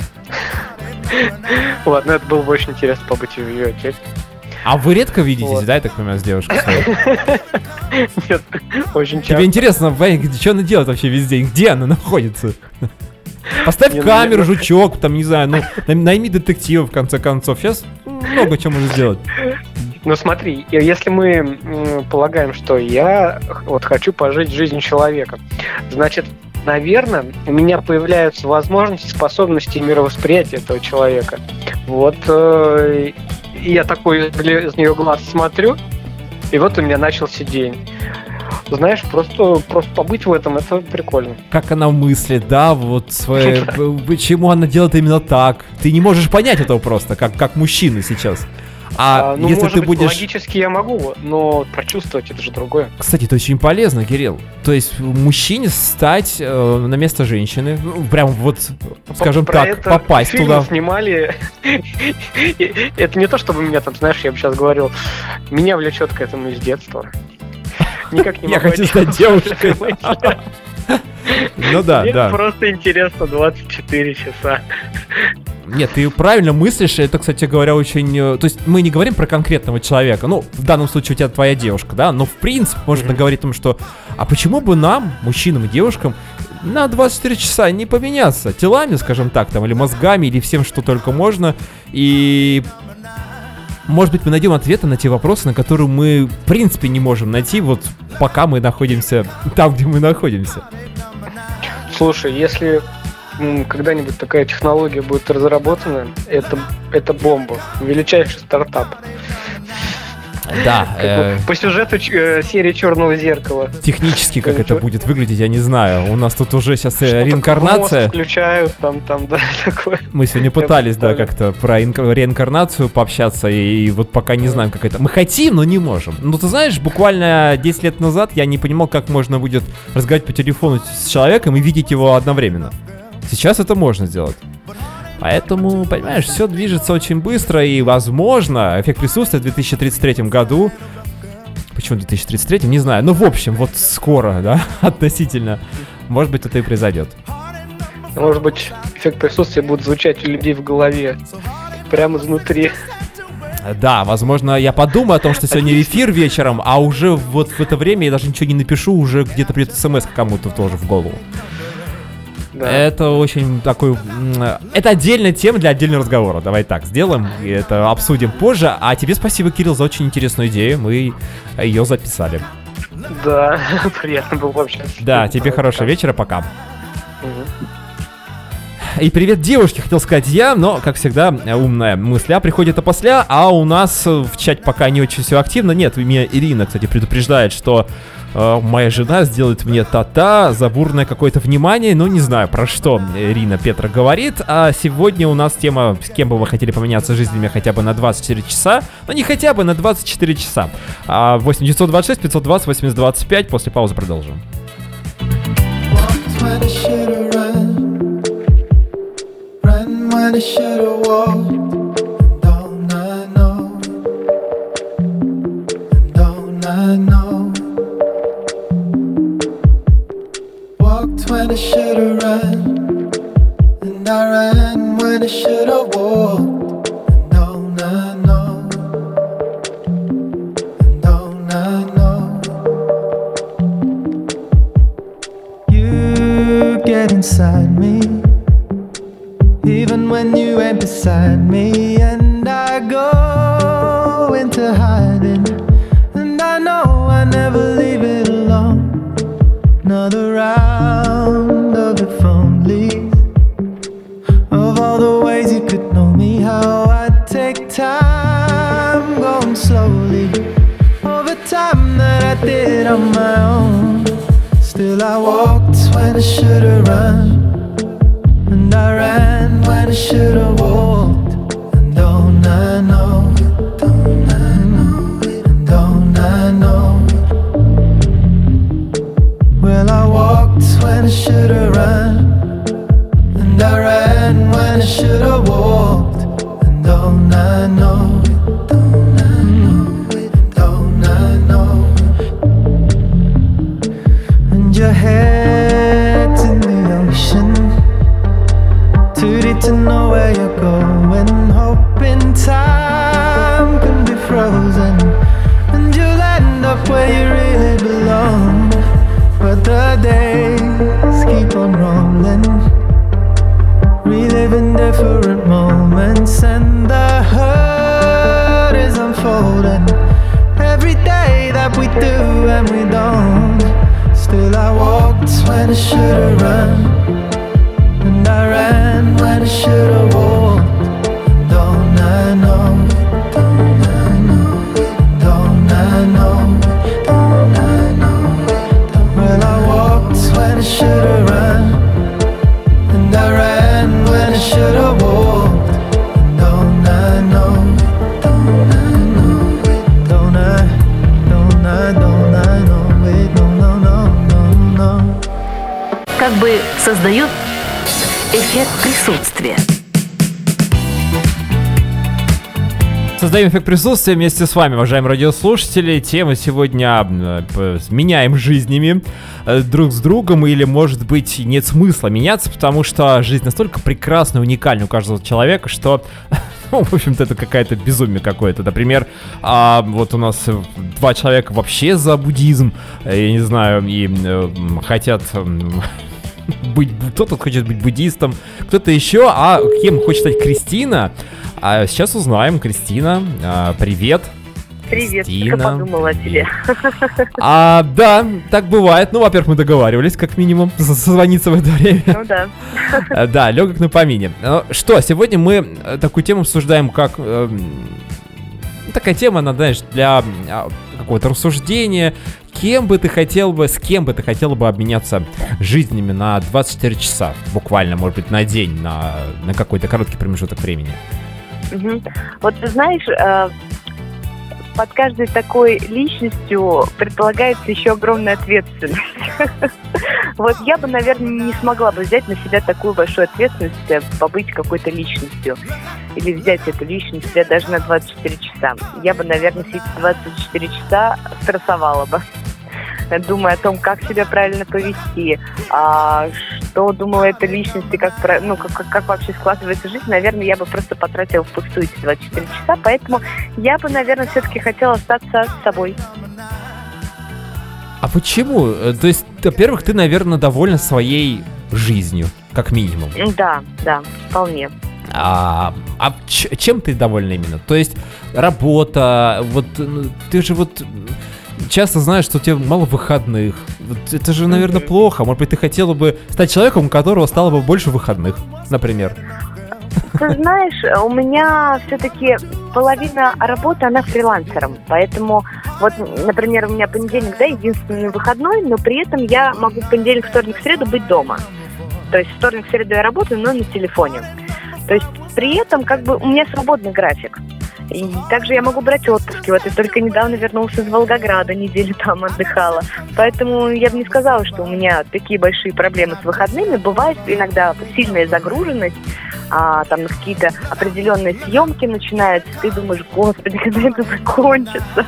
Ладно, это было бы очень интересно побыть в ее теле. А вы редко видитесь, Вот. да, я так понимаю, с девушкой своей? Нет, очень часто. Тебе интересно, Ваня, что она делает вообще весь день? Где она находится? Поставь Не, ну, камеру, я- жучок, там, не знаю, ну, найм- найми детектива, в конце концов. Сейчас много чего можно сделать. Ну смотри, и если мы м, полагаем, что я х- вот хочу пожить жизнью человека, значит, наверное, у меня появляются возможности, способности и мировосприятие этого человека. Вот э, и я такой из нее глаз смотрю, и вот у меня начался день. Знаешь, просто, просто побыть в этом, это прикольно. Как она мыслит, да, вот свое, почему она делает именно так. Ты не можешь понять этого просто, как, как мужчина сейчас. А, А, ну, если может ты быть, будешь... логически я могу, но прочувствовать это же другое. Кстати, это очень полезно, Кирилл. То есть мужчине стать э, на место женщины, ну, прям вот, скажем Про так, это попасть фильмы туда. снимали. Это не то, чтобы меня там, знаешь, я бы сейчас говорил, меня влечет к этому из детства. Никак не Я могу хочу о стать чем девушкой. мыслить. Ну да, Мне да. просто интересно двадцать четыре часа. Нет, ты правильно мыслишь, это, кстати говоря, очень... э, То есть мы не говорим про конкретного человека, ну, в данном случае у тебя твоя девушка, да, но в принципе можно Мгм. говорить о том, что а почему бы нам, мужчинам и девушкам, на двадцать четыре часа не поменяться телами, скажем так, там, или мозгами, или всем, что только можно, и... Может быть, мы найдем ответы на те вопросы, на которые мы, в принципе, не можем найти, вот пока мы находимся там, где мы находимся. Слушай, если м, когда-нибудь такая технология будет разработана, это, это бомба. Величайший стартап. Да, Как э, бы по сюжету ч- э, серии «Черного зеркала». технически как это Ничего. будет выглядеть, я не знаю. У нас тут уже сейчас Что-то как реинкарнация. мозг включают, там, там, да, такое. Мы сегодня пытались, да, представляю. как-то про инка- реинкарнацию пообщаться, и, и вот пока не знаем, как это. Мы хотим, но не можем. Ну, ты знаешь, буквально десять лет назад я не понимал, как можно будет разговаривать по телефону с человеком и видеть его одновременно. Сейчас это можно сделать. Поэтому, понимаешь, все движется очень быстро, и, возможно, эффект присутствия в две тысячи тридцать третьем году... Почему в две тысячи тридцать третьем? Не знаю. Ну, в общем, вот скоро, да, относительно. Может быть, это и произойдет. Может быть, эффект присутствия будет звучать у людей в голове. Прямо изнутри. Да, возможно, я подумаю о том, что сегодня эфир вечером, а уже вот в это время я даже ничего не напишу, уже где-то придет смс кому-то тоже в голову. Да. Это очень такой... м, Это отдельная тема для отдельного разговора. Давай так сделаем, и это обсудим позже. А тебе спасибо, Кирилл, за очень интересную идею. Мы ее записали. Да, приятно было пообщаться. Да, тебе хорошего вечера, пока. Мгм. И привет девушке, хотел сказать я, но, как всегда, умная мысля приходит опосля, а у нас в чате пока не очень все активно. Нет, меня Ирина, кстати, предупреждает, что э, моя жена сделает мне та-та за бурное какое-то внимание, но не знаю, про что Ирина Петра говорит. А сегодня у нас тема, с кем бы вы хотели поменяться жизнями хотя бы на двадцать четыре часа, но не хотя бы на двадцать четыре часа. А восемь девятьсот двадцать шесть пятьсот двадцать восемьдесят двадцать пять, после паузы продолжим. When I should've run, run when I should've walked. Don't I know? Don't I know? Walked when I should've run, and I ran when I should've walked. Don't I know? Don't I know? You get inside me, even when you ain't beside me, and I go into hiding, and I know I never leave it alone. Another round of the phone leaves, of all the ways you could know me, how I take time, going slowly, over time that I did on my own. Still I walked when I should've run, and I ran when I should've walked. And don't I know, don't I know, and don't I know. Well, I walked when I should've run, and I ran when I should've walked. your head's in the ocean, too deep to know where you're going, hoping time can be frozen and you'll end up where you really belong. But the days keep on rolling, reliving different moments, and the hurt is unfolding every day that we do and we don't. Still I walked when I should've run, and I ran when I should've walked. Don't I know it, don't I know it, don't I know it, don't I know it. Well, I walked when I should've run, and I ran when I should've walked. Don't I know it, don't I know it, don't I, don't I, don't I know it, no, no, no, no, no. Как бы создают эффект присутствия. Создаем эффект присутствия вместе с вами, уважаемые радиослушатели. Тема сегодня э, меняем жизнями э, друг с другом, или, может быть, нет смысла меняться, потому что жизнь настолько прекрасна и уникальна у каждого человека, что, ну, в общем-то, это какая-то безумие какое-то. Например, э, вот у нас два человека вообще за буддизм, э, я не знаю, и э, хотят... Э, быть, кто-то хочет быть буддистом, кто-то еще, а кем хочет стать Кристина. А сейчас узнаем. Кристина, а, привет. Привет, Кристина. только подумала о тебе. А, да, так бывает. Ну, во-первых, мы договаривались, как минимум, созвониться в это время. Ну да. Да, легок на помине. Что, сегодня мы такую тему обсуждаем, как... Такая тема, она, знаешь, для какого-то рассуждения. Кем бы ты хотел бы, с кем бы ты хотел бы обменяться жизнями на двадцать четыре часа? Буквально, может быть, на день, на, на какой-то короткий промежуток времени. Угу. Вот ты знаешь, э, под каждой такой личностью предполагается еще огромная ответственность. Вот я бы, наверное, не смогла бы взять на себя такую большую ответственность, побыть какой-то личностью. Или взять эту личность себя даже на двадцать четыре часа. Я бы, наверное, все эти двадцать четыре часа стрессовала бы, думая о том, как себя правильно повести, а, что думала эта личность и как, ну, как, как, как вообще складывается жизнь. Наверное, я бы просто потратила впустую эти двадцать четыре часа, поэтому я бы, наверное, все-таки хотела остаться с собой. А почему? То есть, во-первых, ты, наверное, довольна своей жизнью, как минимум. Да, да, вполне. А, а ч- чем ты довольна именно? То есть работа, вот ты же вот часто знаешь, что у тебя мало выходных. Вот это же, наверное, mm-hmm. плохо. Может быть, ты хотела бы стать человеком, у которого стало бы больше выходных, например. Ты знаешь, у меня все-таки половина работы, она фрилансером. Поэтому, вот, например, у меня понедельник, да, единственный выходной, но при этом я могу в понедельник, вторник, среду быть дома. То есть вторник, среду я работаю, но на телефоне. То есть при этом как бы у меня свободный график. И также я могу брать отпуски. Вот я только недавно вернулась из Волгограда, неделю там отдыхала. Поэтому я бы не сказала, что у меня такие большие проблемы с выходными. Бывает иногда сильная загруженность, а, там какие-то определенные съемки начинаются. Ты думаешь, господи, когда это закончится?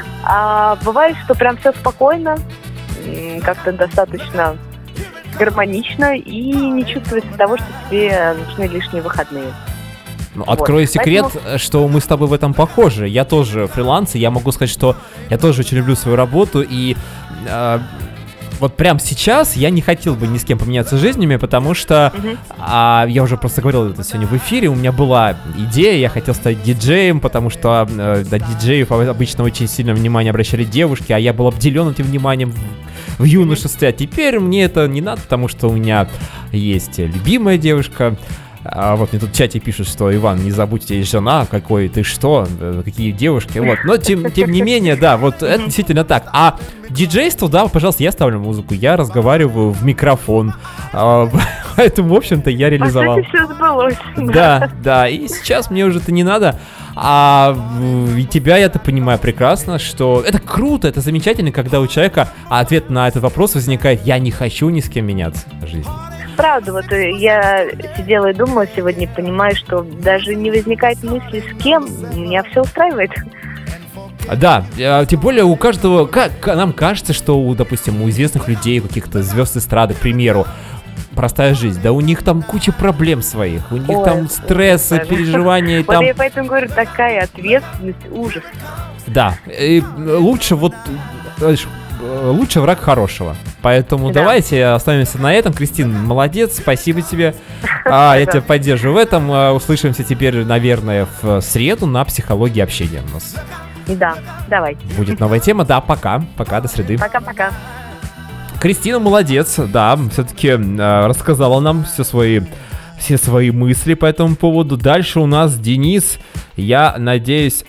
А бывает, что прям все спокойно, как-то достаточно гармонично, и не чувствуется того, что тебе нужны лишние выходные. Ну, открою вот. секрет, Поэтому... что мы с тобой в этом похожи. Я тоже фриланс, и я могу сказать, что я тоже очень люблю свою работу, и э, вот прямо сейчас я не хотел бы ни с кем поменяться жизнями, потому что uh-huh. а, я уже просто говорил это сегодня в эфире, у меня была идея, я хотел стать диджеем, потому что э, до диджеев обычно очень сильно внимание обращали девушки, а я был обделен этим вниманием в, в юношестве, а теперь мне это не надо, потому что у меня есть любимая девушка. А вот мне тут в чате пишут, что Иван, не забудьте, есть жена, какой ты что, какие девушки, вот. Но тем, тем не менее, да, вот это действительно так. А диджейство, да, пожалуйста, я ставлю музыку, я разговариваю в микрофон, а, поэтому, в общем-то, я реализовал. А, кстати, все сбылось. Да, да, и сейчас мне уже это не надо. А и тебя я-то понимаю прекрасно, что это круто, это замечательно, когда у человека ответ на этот вопрос возникает: я не хочу ни с кем меняться в жизни. Правда, вот я сидела и думала сегодня, понимаю, что даже не возникает мысли с кем, меня все устраивает. Да, э, тем более у каждого, как нам кажется, что, у, допустим, у известных людей, каких-то звезд эстрады, к примеру, простая жизнь, да у них там куча проблем своих, у них Ой, там стрессы, ужас. переживания, Вот там... я поэтому говорю, такая ответственность, ужас. Да, и лучше вот, знаешь, лучше враг хорошего. Поэтому Да. давайте остановимся на этом. Кристина, молодец, спасибо тебе. А, я тебя поддерживаю в этом. А, Услышимся теперь, наверное, в среду на психологии общения у нас. Да, давайте. Будет новая тема. Да, пока. Пока, до среды. Пока-пока. Кристина молодец, да, все-таки э, рассказала нам все свои, все свои мысли по этому поводу. Дальше у нас Денис. Я надеюсь,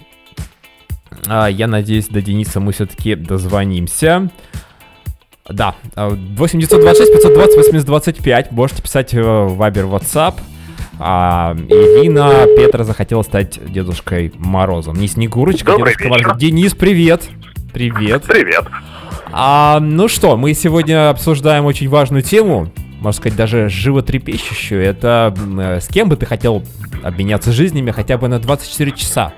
э, я надеюсь, до Дениса мы все-таки дозвонимся. Да, восемь девятьсот двадцать шесть пятьсот двадцать восемьдесят двадцать пять. Можете писать в Viber, WhatsApp. А, Ирина Петра захотела стать Дедушкой Морозом. Не Снегурочка, Добрый Дедушка вечер. Мороз. Денис, привет. Привет. Привет. А, ну что, мы сегодня обсуждаем очень важную тему, можно сказать, даже животрепещущую. Это э, с кем бы ты хотел обменяться жизнями хотя бы на двадцать четыре часа?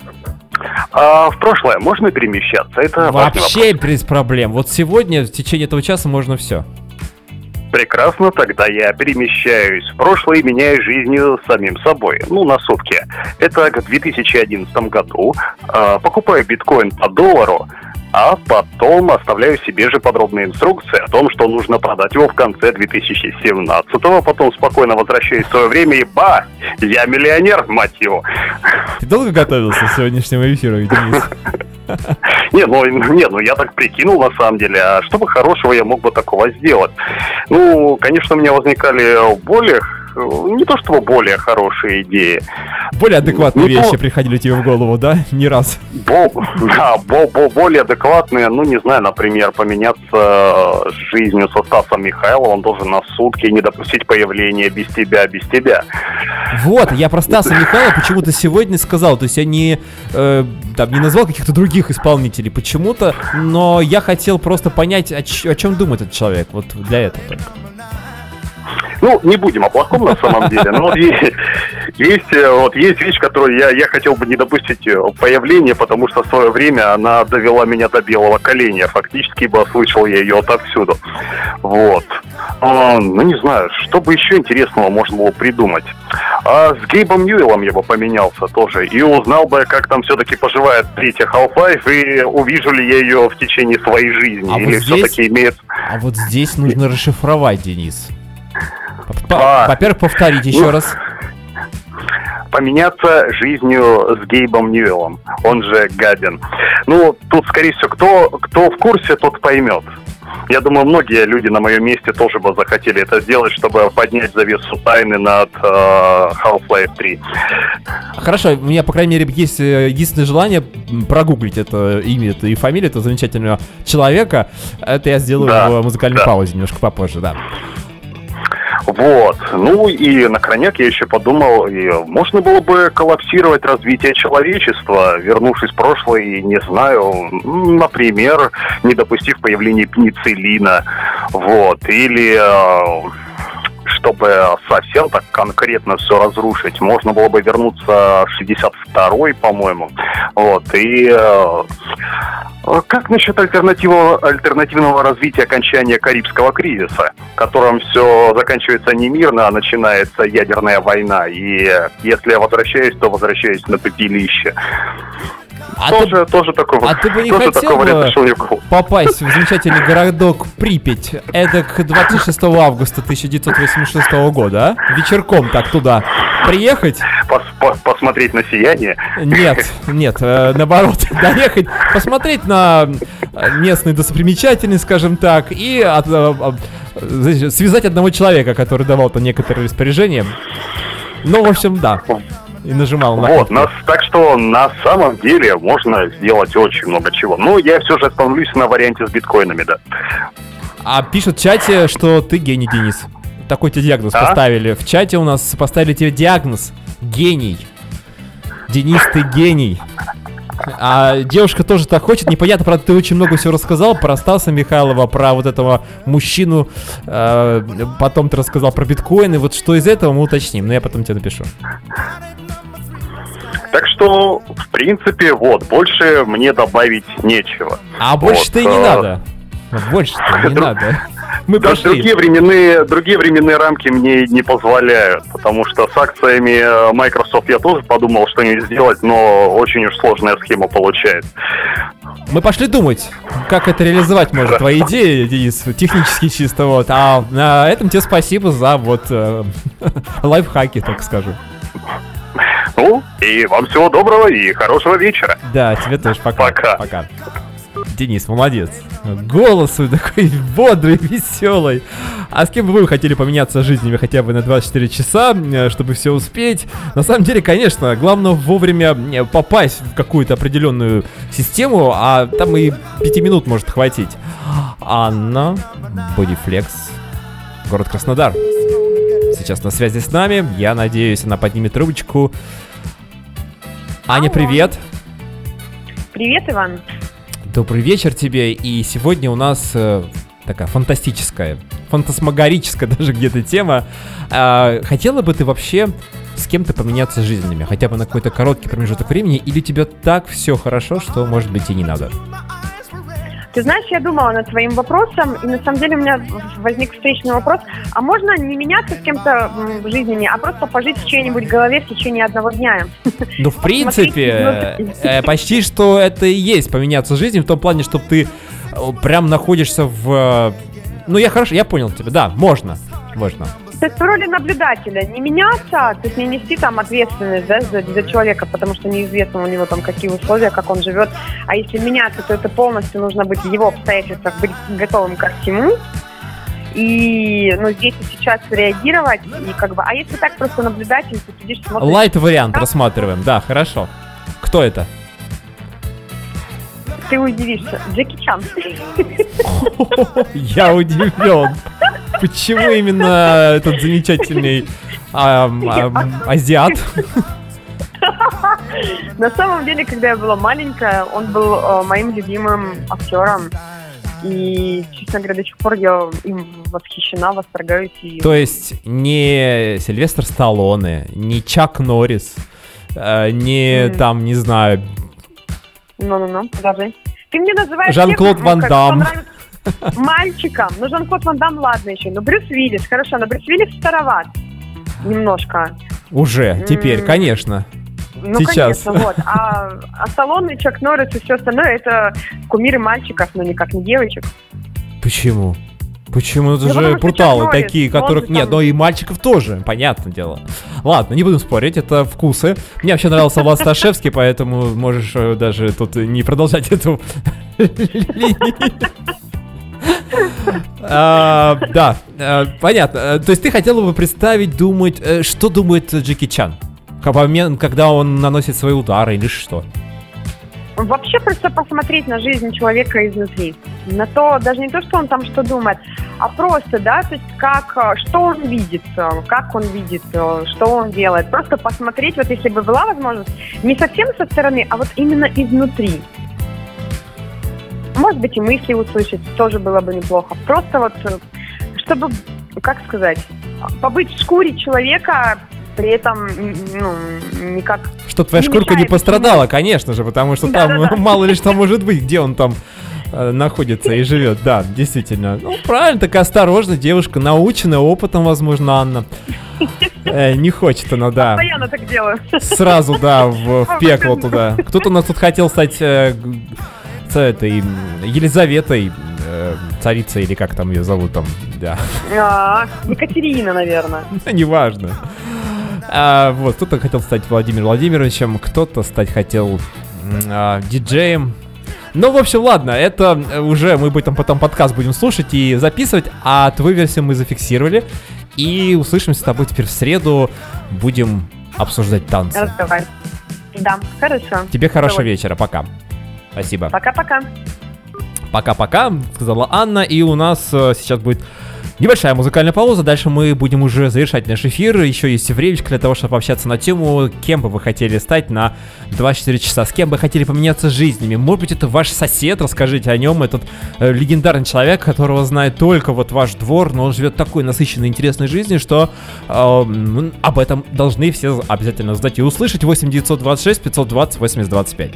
А в прошлое можно перемещаться? Это важный Вообще без проблем. Вот сегодня, в течение этого часа можно все. вопрос. Прекрасно, тогда я перемещаюсь в прошлое и меняю жизнью самим собой. Ну, на сутки. Это к две тысячи одиннадцатому году. А, покупаю биткоин по доллару, а потом оставляю себе же подробные инструкции о том, что нужно продать его в конце две тысячи семнадцатого. Потом спокойно возвращаюсь в свое время и ба! Я миллионер, мать его! Ты долго готовился к сегодняшнему эфиру, Денис? Не, ну, не, ну я так прикинул на самом деле, а что бы хорошего я мог бы такого сделать? Ну, конечно, у меня возникали более, не то чтобы более хорошие идеи. Более адекватные Не вещи то- приходили тебе в голову, да? Не раз. Бо, да, бо, бо, более адекватные, ну, не знаю, например, поменяться жизнью со Стасом Михайловым, он должен на сутки не допустить появления без тебя, без тебя. Вот, я про Стаса Михайлова почему-то сегодня сказал, то есть я не, э, там, не назвал каких-то других исполнителей почему-то, но я хотел просто понять, о, ч- о чем думает этот человек, вот для этого только. Ну, не будем о плохом на самом деле, но вот есть, есть, э, вот есть вещь, которую я, я хотел бы не допустить э, появления, потому что в свое время она довела меня до белого коленя, фактически, ибо слышал я ее отовсюду. Вот. А, ну, не знаю, что бы еще интересного можно было придумать. А с Гейбом Ньюэллом я бы поменялся тоже и узнал бы, как там все-таки поживает третья Half-Life, и увижу ли я ее в течение своей жизни, А или вот здесь- все-таки имеет... А вот здесь нужно расшифровать, Денис. По- А. Во-первых, повторить еще Ну, раз. Поменяться жизнью с Гейбом Ньюэллом, он же Гадин. Ну, тут, скорее всего, кто, кто в курсе, тот поймет. Я думаю, многие люди на моем месте тоже бы захотели это сделать, чтобы поднять завесу тайны над э, Half-Life три. Хорошо, у меня, по крайней мере, есть э, единственное желание м, прогуглить это имя это и фамилию этого замечательного человека. Это я сделаю Да, в музыкальной да. паузе немножко попозже, да. Вот. Ну и на крайняк я еще подумал, и можно было бы коллапсировать развитие человечества, вернувшись в прошлое и, не знаю, м, например, не допустив появления пенициллина. Вот. Или... э, чтобы совсем так конкретно все разрушить, можно было бы вернуться в шестьдесят второй, по-моему. Вот. И э, как насчет альтернативного, альтернативного развития окончания Карибского кризиса, в котором все заканчивается не мирно, а начинается ядерная война. И если я возвращаюсь, то возвращаюсь на пепелище. А тоже, ты, тоже такой, а ты бы не тоже хотел такой вариант бы пришел мне в голову. попасть в замечательный городок Припять, эдак двадцать шестого августа тысяча девятьсот восемьдесят шестого года, а? Вечерком так туда приехать? Пос- пос- посмотреть на сияние. Нет, нет, э, наоборот, доехать, посмотреть на местные достопримечательности, скажем так, и от, э, э, знаете, связать одного человека, который давал там некоторые распоряжения. Ну, в общем, да. И нажимал на Вот, кнопку. нас, так что на самом деле можно сделать очень много чего. Но я все же остановлюсь на варианте с биткоинами, да. А пишут в чате, что ты гений, Денис. Такой тебе диагноз А? поставили. В чате у нас поставили тебе диагноз. Гений. Денис, ты гений. А девушка тоже так хочет. Непонятно, правда, ты очень много всего рассказал про Стаса Михайлова, про вот этого мужчину. э, Потом ты рассказал про биткоины. Вот что из этого мы уточним. Но я потом тебе напишу. Так что, в принципе, вот, больше мне добавить нечего. А больше-то и не а... надо. Больше-то не надо. Мы да, пошли. другие временные, другие временные рамки мне не позволяют, потому что с акциями Microsoft я тоже подумал что-нибудь сделать, но очень уж сложная схема получается. Мы пошли думать, как это реализовать можно, твои идеи, Денис, технически чисто, вот. А на этом тебе спасибо за вот э, лайфхаки, так скажу. Ну, и вам всего доброго и хорошего вечера. Да, тебе тоже пока. Пока. Пока. Денис, молодец. Голос такой бодрый, веселый. А с кем бы вы хотели поменяться жизнями хотя бы на двадцать четыре часа, чтобы все успеть? На самом деле, конечно, главное вовремя попасть в какую-то определенную систему, а там и пяти минут может хватить. Анна, Bodyflex, город Краснодар. Сейчас на связи с нами. Я надеюсь, она поднимет трубочку. Аня, привет. Привет, Иван. Добрый вечер тебе, и сегодня у нас э, такая фантастическая, фантасмагорическая даже где-то тема. Э, хотела бы ты вообще с кем-то поменяться жизнями, хотя бы на какой-то короткий промежуток времени, или у тебя так все хорошо, что, может быть, и не надо? Ты знаешь, я думала над твоим вопросом, и на самом деле у меня возник встречный вопрос, а можно не меняться с кем-то в жизни, а просто пожить в чьей-нибудь голове в течение одного дня? Ну, в принципе, э, почти что это и есть поменяться жизнью, в том плане, что ты прям находишься в... Ну, я хорошо, я понял тебя, да, можно, можно. То есть в роли наблюдателя не меняться, то есть не нести там ответственность, да, за, за человека, потому что неизвестно у него там какие условия, как он живет. А если меняться, то это полностью нужно быть в его обстоятельствах, быть готовым ко всему. И, ну, здесь и сейчас реагировать, и как бы... А если так просто наблюдатель, ты сидишь, смотришь... Лайт-вариант рассматриваем, да, хорошо. Кто это? Ты удивишься. Джеки Чан. Я удивлен. Почему именно этот замечательный а, а, азиат? На самом деле, когда я была маленькая, он был э, моим любимым актером. И, честно говоря, до сих пор я им восхищена, восторгаюсь. И... То есть не Сильвестр Сталлоне, не Чак Норрис, э, не mm. там, не знаю... Ну-ну-ну, подожди. Ты мне называешь... Жан-Клод Ван Дамм. Мальчиком. Ну, Жан-Клод Ван Дамм, ладно еще. Ну, Брюс Уиллис, хорошо. Но Брюс Уиллис староват. Немножко. Уже, теперь, mm. конечно. Ну, сейчас. Конечно, вот. А, а Сталлоне, Чак Норрис и все остальное — это кумиры мальчиков, но никак не девочек. Почему? Почему? Это ну, же бруталы Норрис, такие, которых... Нет, там... но и мальчиков тоже, понятное дело. Ладно, не будем спорить, это вкусы. Мне вообще нравился Влад Сташевский, поэтому можешь даже тут не продолжать эту линию. А, да, а, понятно. То есть ты хотела бы представить, думать, что думает Джеки Чан, в момент, когда он наносит свои удары или что? Вообще просто посмотреть на жизнь человека изнутри. На то, даже не то, что он там что думает, а просто, да, то есть как, что он видит, как он видит, что он делает. Просто посмотреть, вот если бы была возможность, не совсем со стороны, а вот именно изнутри. Может быть, и мысли услышать тоже было бы неплохо. Просто вот, чтобы, как сказать, побыть в шкуре человека, при этом, ну, никак... Что твоя не шкурка не пострадала, конечно же, потому что да, там да, да. мало ли что может быть, где он там э, находится и живет. Да, действительно. Ну, правильно, так осторожно, девушка, наученная опытом, возможно, Анна. Э, не хочет она, да. Постоянно так делаю. Сразу, да, в, в пекло туда. Кто-то у нас тут хотел стать... Э, этой Елизаветой, э, царицей, или как там ее зовут там, да. А, Екатерина, наверное. Неважно. А, вот, кто-то хотел стать Владимиром Владимировичем, кто-то стать хотел а, диджеем. Ну, в общем, ладно, это уже мы будем потом подкаст будем слушать и записывать, а твою версию мы зафиксировали. И услышимся с тобой теперь в среду, будем обсуждать танцы. Разговаривать. Да, хорошо. Тебе хорошего вечера, пока. Спасибо. Пока-пока. Пока-пока, сказала Анна, и у нас э, сейчас будет Небольшая музыкальная пауза, дальше мы будем уже завершать наш эфир. Еще есть времечко для того, чтобы пообщаться на тему, кем бы вы хотели стать на двадцать четыре часа, с кем бы хотели поменяться жизнями. Может быть, это ваш сосед, расскажите о нем, этот э, легендарный человек, которого знает только вот ваш двор, но он живет такой насыщенной, интересной жизнью, что э, об этом должны все обязательно знать и услышать. восемь девятьсот двадцать шесть пятьсот двадцать восемьдесят двадцать пять.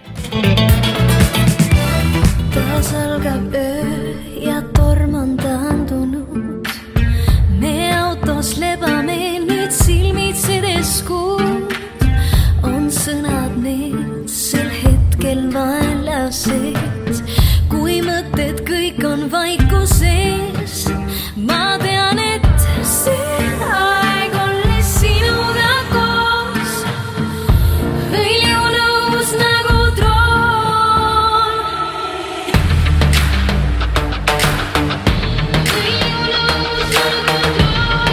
Lebame nüüd silmitsedes kuud on sõnad need sel hetkel vaenlased, kui mõtted kõik on vaikuses. Ma tean, et see aeg oli sinuga koos, õilju nõus nagu troon. Õilju nõus nagu troon.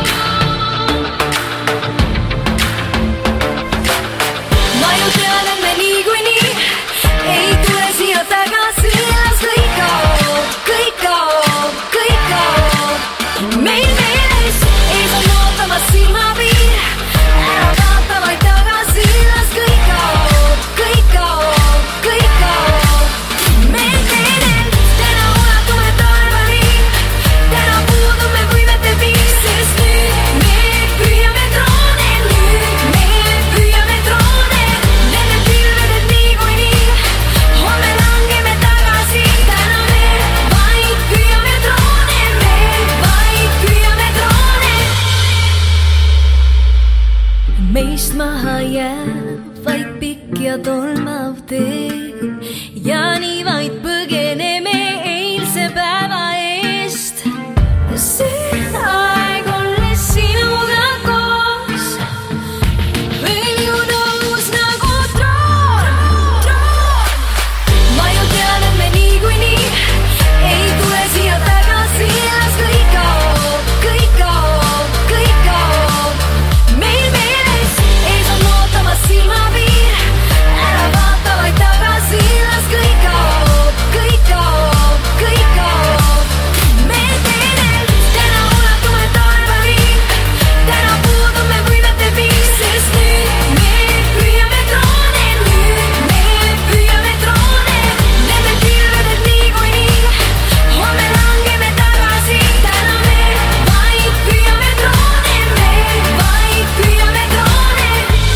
Meist maha jääb vaid pikk ja tolmav tee ja nii vaid põgeneme eilse päeva eest. See aeg oli sinuga koos, veel ju nõus nagu troon. Ma ju tean, et me niikuinii ei tule siia tagasi, las kõik kaob, kõik kaob, kõik kaob. Meil meeles ees on ootamas silmapiir, ära vaata vaid tagasi, las kõik kaob, kõik kaob, kõik kaob. Me teenel täna ulatume taevani, täna puudume võimete piir, sest nüüd me püüame troone, nüüd me püüame troone. Nende pilvedel niikuinii, homme langeme tagasi, täna me vaid püüame troone, me vaid püüame troone.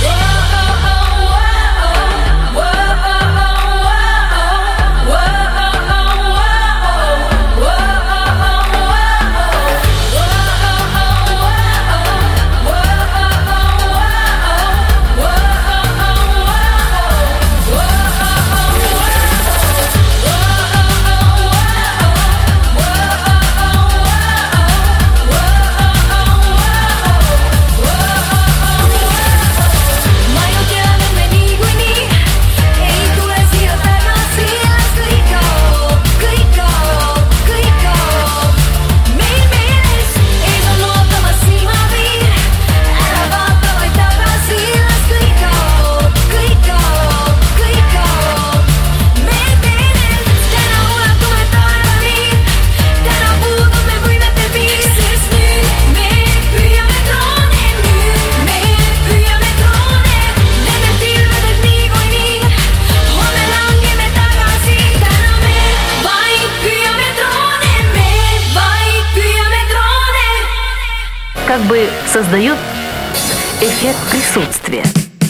Ma ju tean, et me niikuinii ei tule siia tagasi, las kõik kaob, kõik kaob, kõik kaob. Meil meeles ees on ootamas silmapiir, ära vaata vaid tagasi, las kõik kaob, kõik kaob, kõik kaob. Me teenel täna ulatume taevani, täna puudume võimete piir, sest nüüd me püüame troone, nüüd me püüame troone. Nende pilvedel niikuinii, homme langeme tagasi, täna me vaid püüame troone, me vaid püüame troone. Как бы создают эффект присутствия.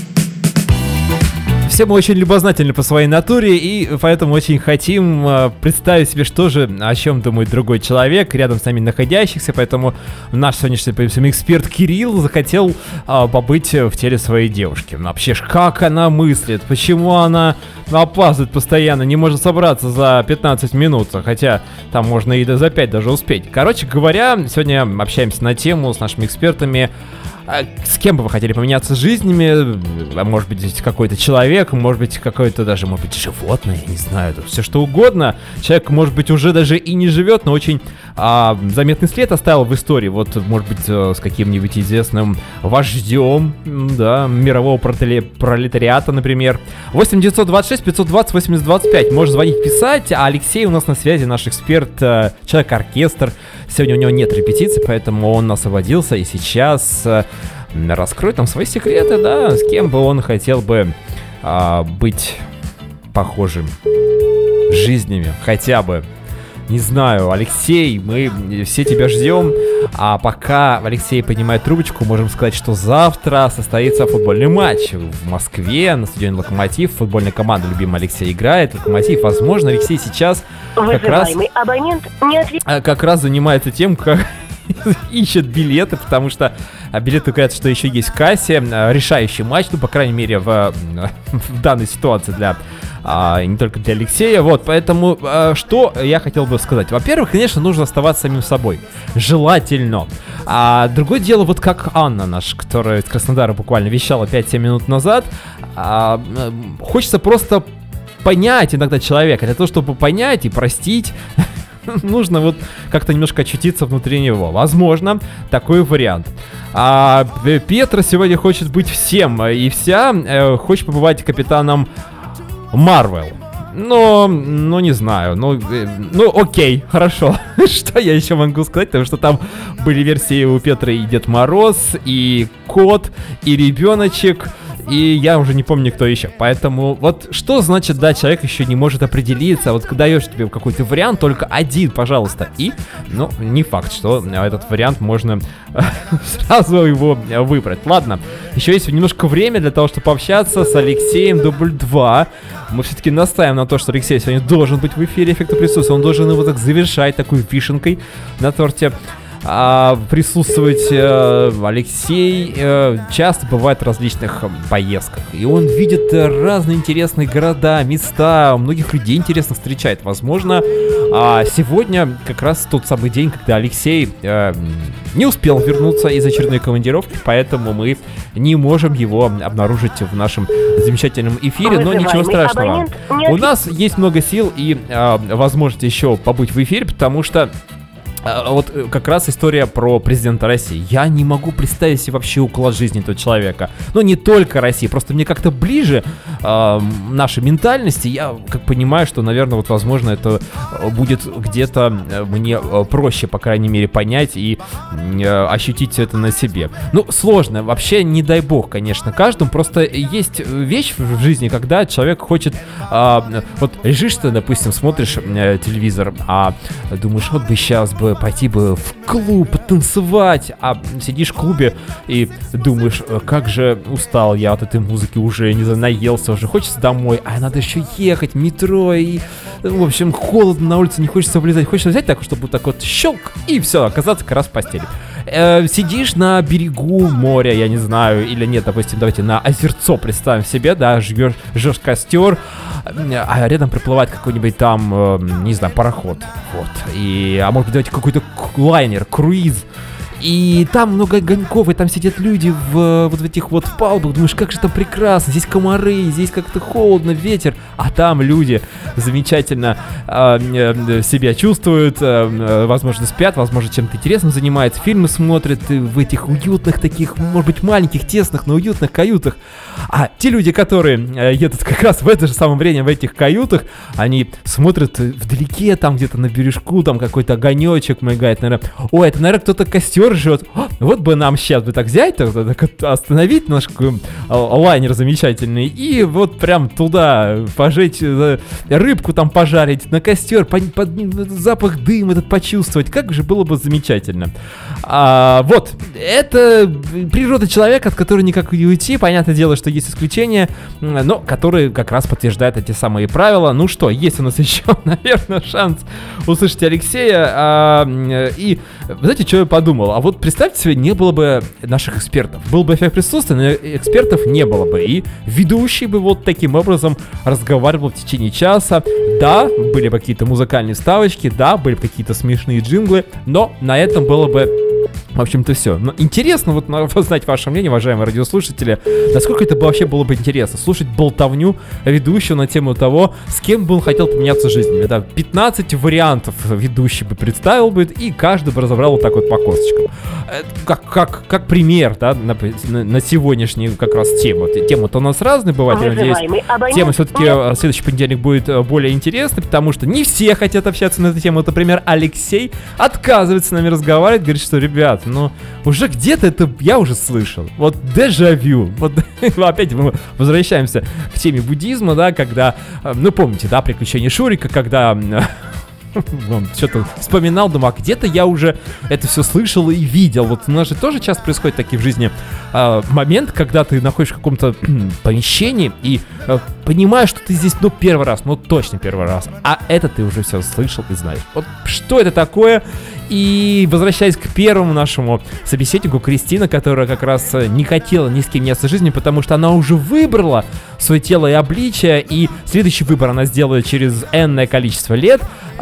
Все мы очень любознательны по своей натуре, и поэтому очень хотим э, представить себе, что же, о чем думает другой человек, рядом с нами находящихся, поэтому наш сегодняшний эксперт Кирилл захотел э, побыть в теле своей девушки. Вообще, как она мыслит, почему она опаздывает постоянно, не может собраться за пятнадцать минут, хотя там можно и за пять даже успеть. Короче говоря, сегодня общаемся на тему с нашими экспертами А с кем бы вы хотели поменяться жизнями? А может быть, какой-то человек, может быть, какое-то даже, может быть, животное, я не знаю, все что угодно. Человек, может быть, уже даже и не живет, но очень а, заметный след оставил в истории. Вот, может быть, с каким-нибудь известным вождем, да, мирового протеле- пролетариата, например. восемь девятьсот двадцать шесть пятьсот двадцать восемьдесят двадцать пять. Можешь звонить, писать. А Алексей у нас на связи, наш эксперт, человек-оркестр. Сегодня у него нет репетиции, поэтому он освободился и сейчас раскроет нам свои секреты, да, с кем бы он хотел бы а, быть похожим жизнями, хотя бы. Не знаю, Алексей, мы все тебя ждем. А пока Алексей поднимает трубочку, можем сказать, что завтра состоится футбольный матч в Москве на стадионе «Локомотив». Футбольная команда любимая Алексея играет. «Локомотив». Возможно, Алексей сейчас как раз, абонент не ответ... как раз занимается тем, как ищет билеты, потому что билеты говорят, что еще есть в кассе. Решающий матч, ну, по крайней мере, в, в данной ситуации для а, не только для Алексея. Вот, поэтому а, что я хотел бы сказать. Во-первых, конечно, нужно оставаться самим собой. Желательно. А другое дело, вот как Анна наша, которая из Краснодара буквально вещала пять-семь минут назад, а, хочется просто понять иногда человека. Для того, чтобы понять и простить, нужно вот как-то немножко очутиться внутри него. Возможно, такой вариант. А Петра сегодня хочет быть всем и вся, э, хочет побывать капитаном Марвел. Но, ну не знаю, ну, э, ну окей, хорошо. Что я еще могу сказать? Потому что там были версии у Петры и Дед Мороз, и Кот, и Ребеночек. И я уже не помню, кто еще. Поэтому вот что значит, да, человек еще не может определиться. Вот даешь тебе какой-то вариант, только один, пожалуйста. И, ну, не факт, что этот вариант можно сразу его выбрать. Ладно, еще есть немножко время для того, чтобы пообщаться с Алексеем Дубль два. Мы все-таки настаиваем на то, что Алексей сегодня должен быть в эфире «Эффекта присутствия». Он должен его так завершать такой вишенкой на торте. А, присутствовать э, Алексей э, часто бывает в различных э, поездках. И он видит э, разные интересные города, места, многих людей интересно встречает. Возможно, а сегодня как раз тот самый день, когда Алексей э, не успел вернуться из очередной командировки, поэтому мы не можем его обнаружить в нашем замечательном эфире. Но ничего страшного. У нас есть много сил и э, возможность еще побыть в эфире, потому что вот как раз история про президента России. Я не могу представить себе вообще уклад жизни этого человека. Но не только России, просто мне как-то ближе э, нашей ментальности. Я как понимаю, что, наверное, вот возможно это будет где-то мне проще, по крайней мере, понять и э, ощутить все это на себе. Ну, сложно. Вообще, не дай бог, конечно, каждому. Просто есть вещь в жизни, когда человек хочет... Э, вот лежишь ты, допустим, смотришь э, телевизор, а думаешь, вот бы сейчас бы пойти бы в клуб, танцевать, а сидишь в клубе и думаешь, как же устал я от этой музыки, уже не знаю, наелся, уже хочется домой, а надо еще ехать, метро, и, в общем, холодно на улице, не хочется влезать, хочется взять так, чтобы вот так вот щелк, и все, оказаться как раз в постели. Э, сидишь на берегу моря, я не знаю, или нет, допустим, давайте на озерцо представим себе, да, жжешь, жжешь костер, а рядом приплывает какой-нибудь там, э, не знаю, пароход, вот, и, а может быть, давайте какой-то лайнер, круиз, и там много огоньков, и там сидят люди в вот в этих вот палубах, думаешь, как же там прекрасно, здесь комары, здесь как-то холодно, ветер, а там люди замечательно э, э, себя чувствуют, э, возможно, спят, возможно, чем-то интересным занимаются, фильмы смотрят в этих уютных таких, может быть, маленьких, тесных, но уютных каютах. А те люди, которые э, едут как раз в это же самое время в этих каютах, они смотрят вдалеке, там где-то на бережку, там какой-то огонечек мигает, наверное, ой, это, наверное, кто-то костер жжет. Вот бы нам сейчас бы так взять, так, так, остановить наш лайнер замечательный и вот прям туда пожечь, рыбку там пожарить, на костер, под, под, запах дыма этот почувствовать. Как же было бы замечательно. А, вот, это природа человека, от которой никак не уйти. Понятное дело, что есть исключения, но которые как раз подтверждают эти самые правила. Ну что, есть у нас еще, наверное, шанс услышать Алексея. А, и знаете, что я подумал? А вот представьте себе, не было бы наших экспертов. Был бы эффект присутствия, но экспертов не было бы. И ведущий бы вот таким образом разговаривал в течение часа. Да, были бы какие-то музыкальные вставочки, да, были бы какие-то смешные джинглы, но на этом было бы В общем-то, все. Но интересно вот узнать ваше мнение, уважаемые радиослушатели, насколько это вообще было бы интересно, слушать болтовню ведущего на тему того, с кем бы он хотел поменяться жизнями. Да, пятнадцать вариантов ведущий бы представил бы, и каждый бы разобрал вот так вот по косточкам. Как, как, как пример, да, на, на, на сегодняшнюю как раз тему. Тема-то у нас разные бывают, я надеюсь. Тема все-таки в следующий понедельник будет более интересной, потому что не все хотят общаться на эту тему. Вот, например, Алексей отказывается с нами разговаривать, говорит, что, ребят, ну, уже где-то это я уже слышал. Вот дежавю. Вот опять мы возвращаемся к теме буддизма, да, когда, ну, помните, да, приключения Шурика, когда он что-то вспоминал, думаю, а где-то я уже это все слышал и видел. Вот у нас же тоже часто происходит такие в жизни э, момент, когда ты находишься в каком-то помещении и э, понимаешь, что ты здесь, ну, первый раз, ну, точно первый раз, а это ты уже все слышал и знаешь. Вот что это такое? И возвращаясь к первому нашему собеседнику, Кристина, которая как раз не хотела ни с кем меняться жизнью, потому что она уже выбрала свое тело и обличие, и следующий выбор она сделает через энное количество лет,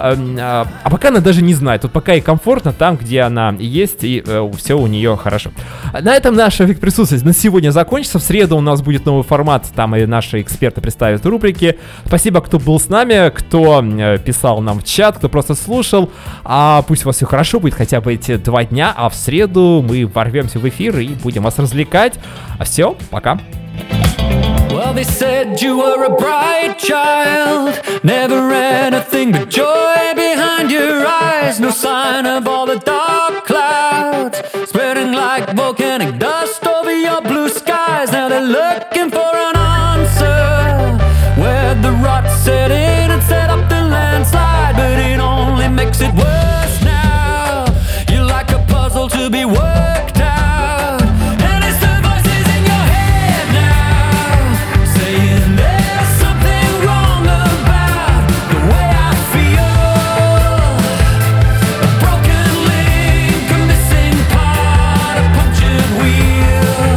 а пока она даже не знает, вот пока ей комфортно там, где она есть, и все у нее хорошо. На этом наш эффект присутствия на сегодня закончится. В среду у нас будет новый формат, там и наши эксперты представят рубрики. Спасибо, кто был с нами, кто писал нам в чат, кто просто слушал, а пусть у вас все хорошо будет хотя бы эти два дня, а в среду мы ворвемся в эфир и будем вас развлекать. А все, пока. Well, they said you were a bright child, never anything but joy behind your eyes. No sign of all the dark clouds spreading like volcanic dust over your blue skies. Now they're looking for an answer where the rot set in and set up the landslide, but it only makes it worse now. You're like a puzzle to be worked out, and it's the voices in your head now saying there's something wrong about the way I feel. A broken link, a missing part, a punctured wheel,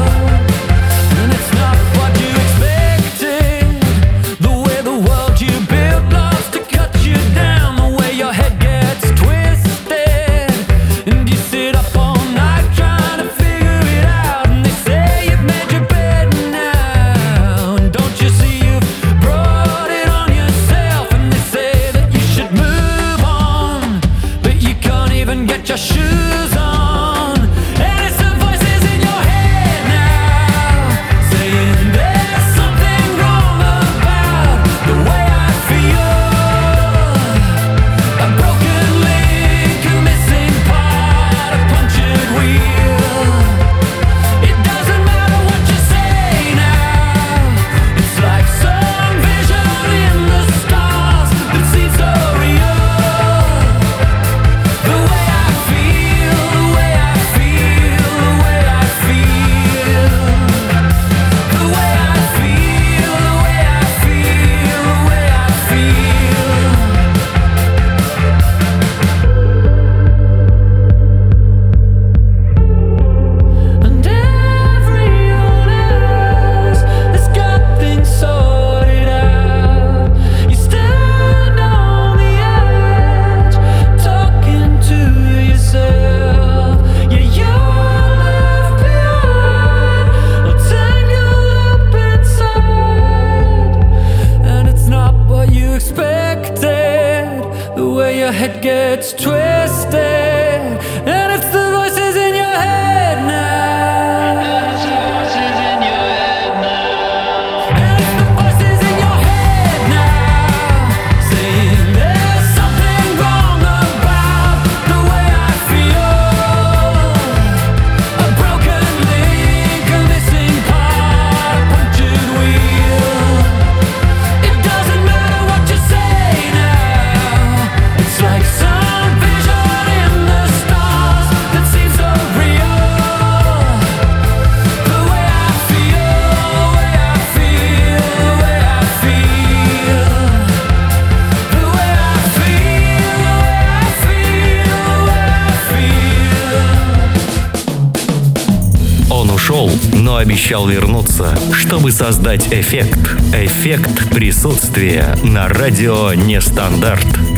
and it's not what you expected. The way the world you built loves to cut you down, the way your head gets twisted, and you sit up all night trying to figure it out. And they say you've made your bed now, and don't you see you've brought it on yourself. And they say that you should move on, but you can't even get your shoes on. And it's the voices in your head now saying there's something wrong about the way I feel. A broken link, a missing part, a punctured wheel. It doesn't matter what you say now, it's like some vision in the stars that seems so real. The way I feel, the way I feel, the way I feel. The way I feel, the way I feel, the way I feel. And everyone else has got things sorted out. You stand on the edge, talking to yourself. Yeah, you're left behind, or tangled up inside, and it's not what you expected. The way your head gets twisted, and it's the voices in your head now. And it's the voices in your head now. And it's the voices in your head now saying there's something wrong about the way I feel. A broken link, a missing part, a punctured wheel. It doesn't matter what you say now, it's like some vision in the stars that seems so real. The way I feel, the way I feel, the way I feel. The way I feel, the way I feel, the way I feel. Он ушел, но обещал вернуться, чтобы создать эффект. Эффект присутствия на радио Нестандарт.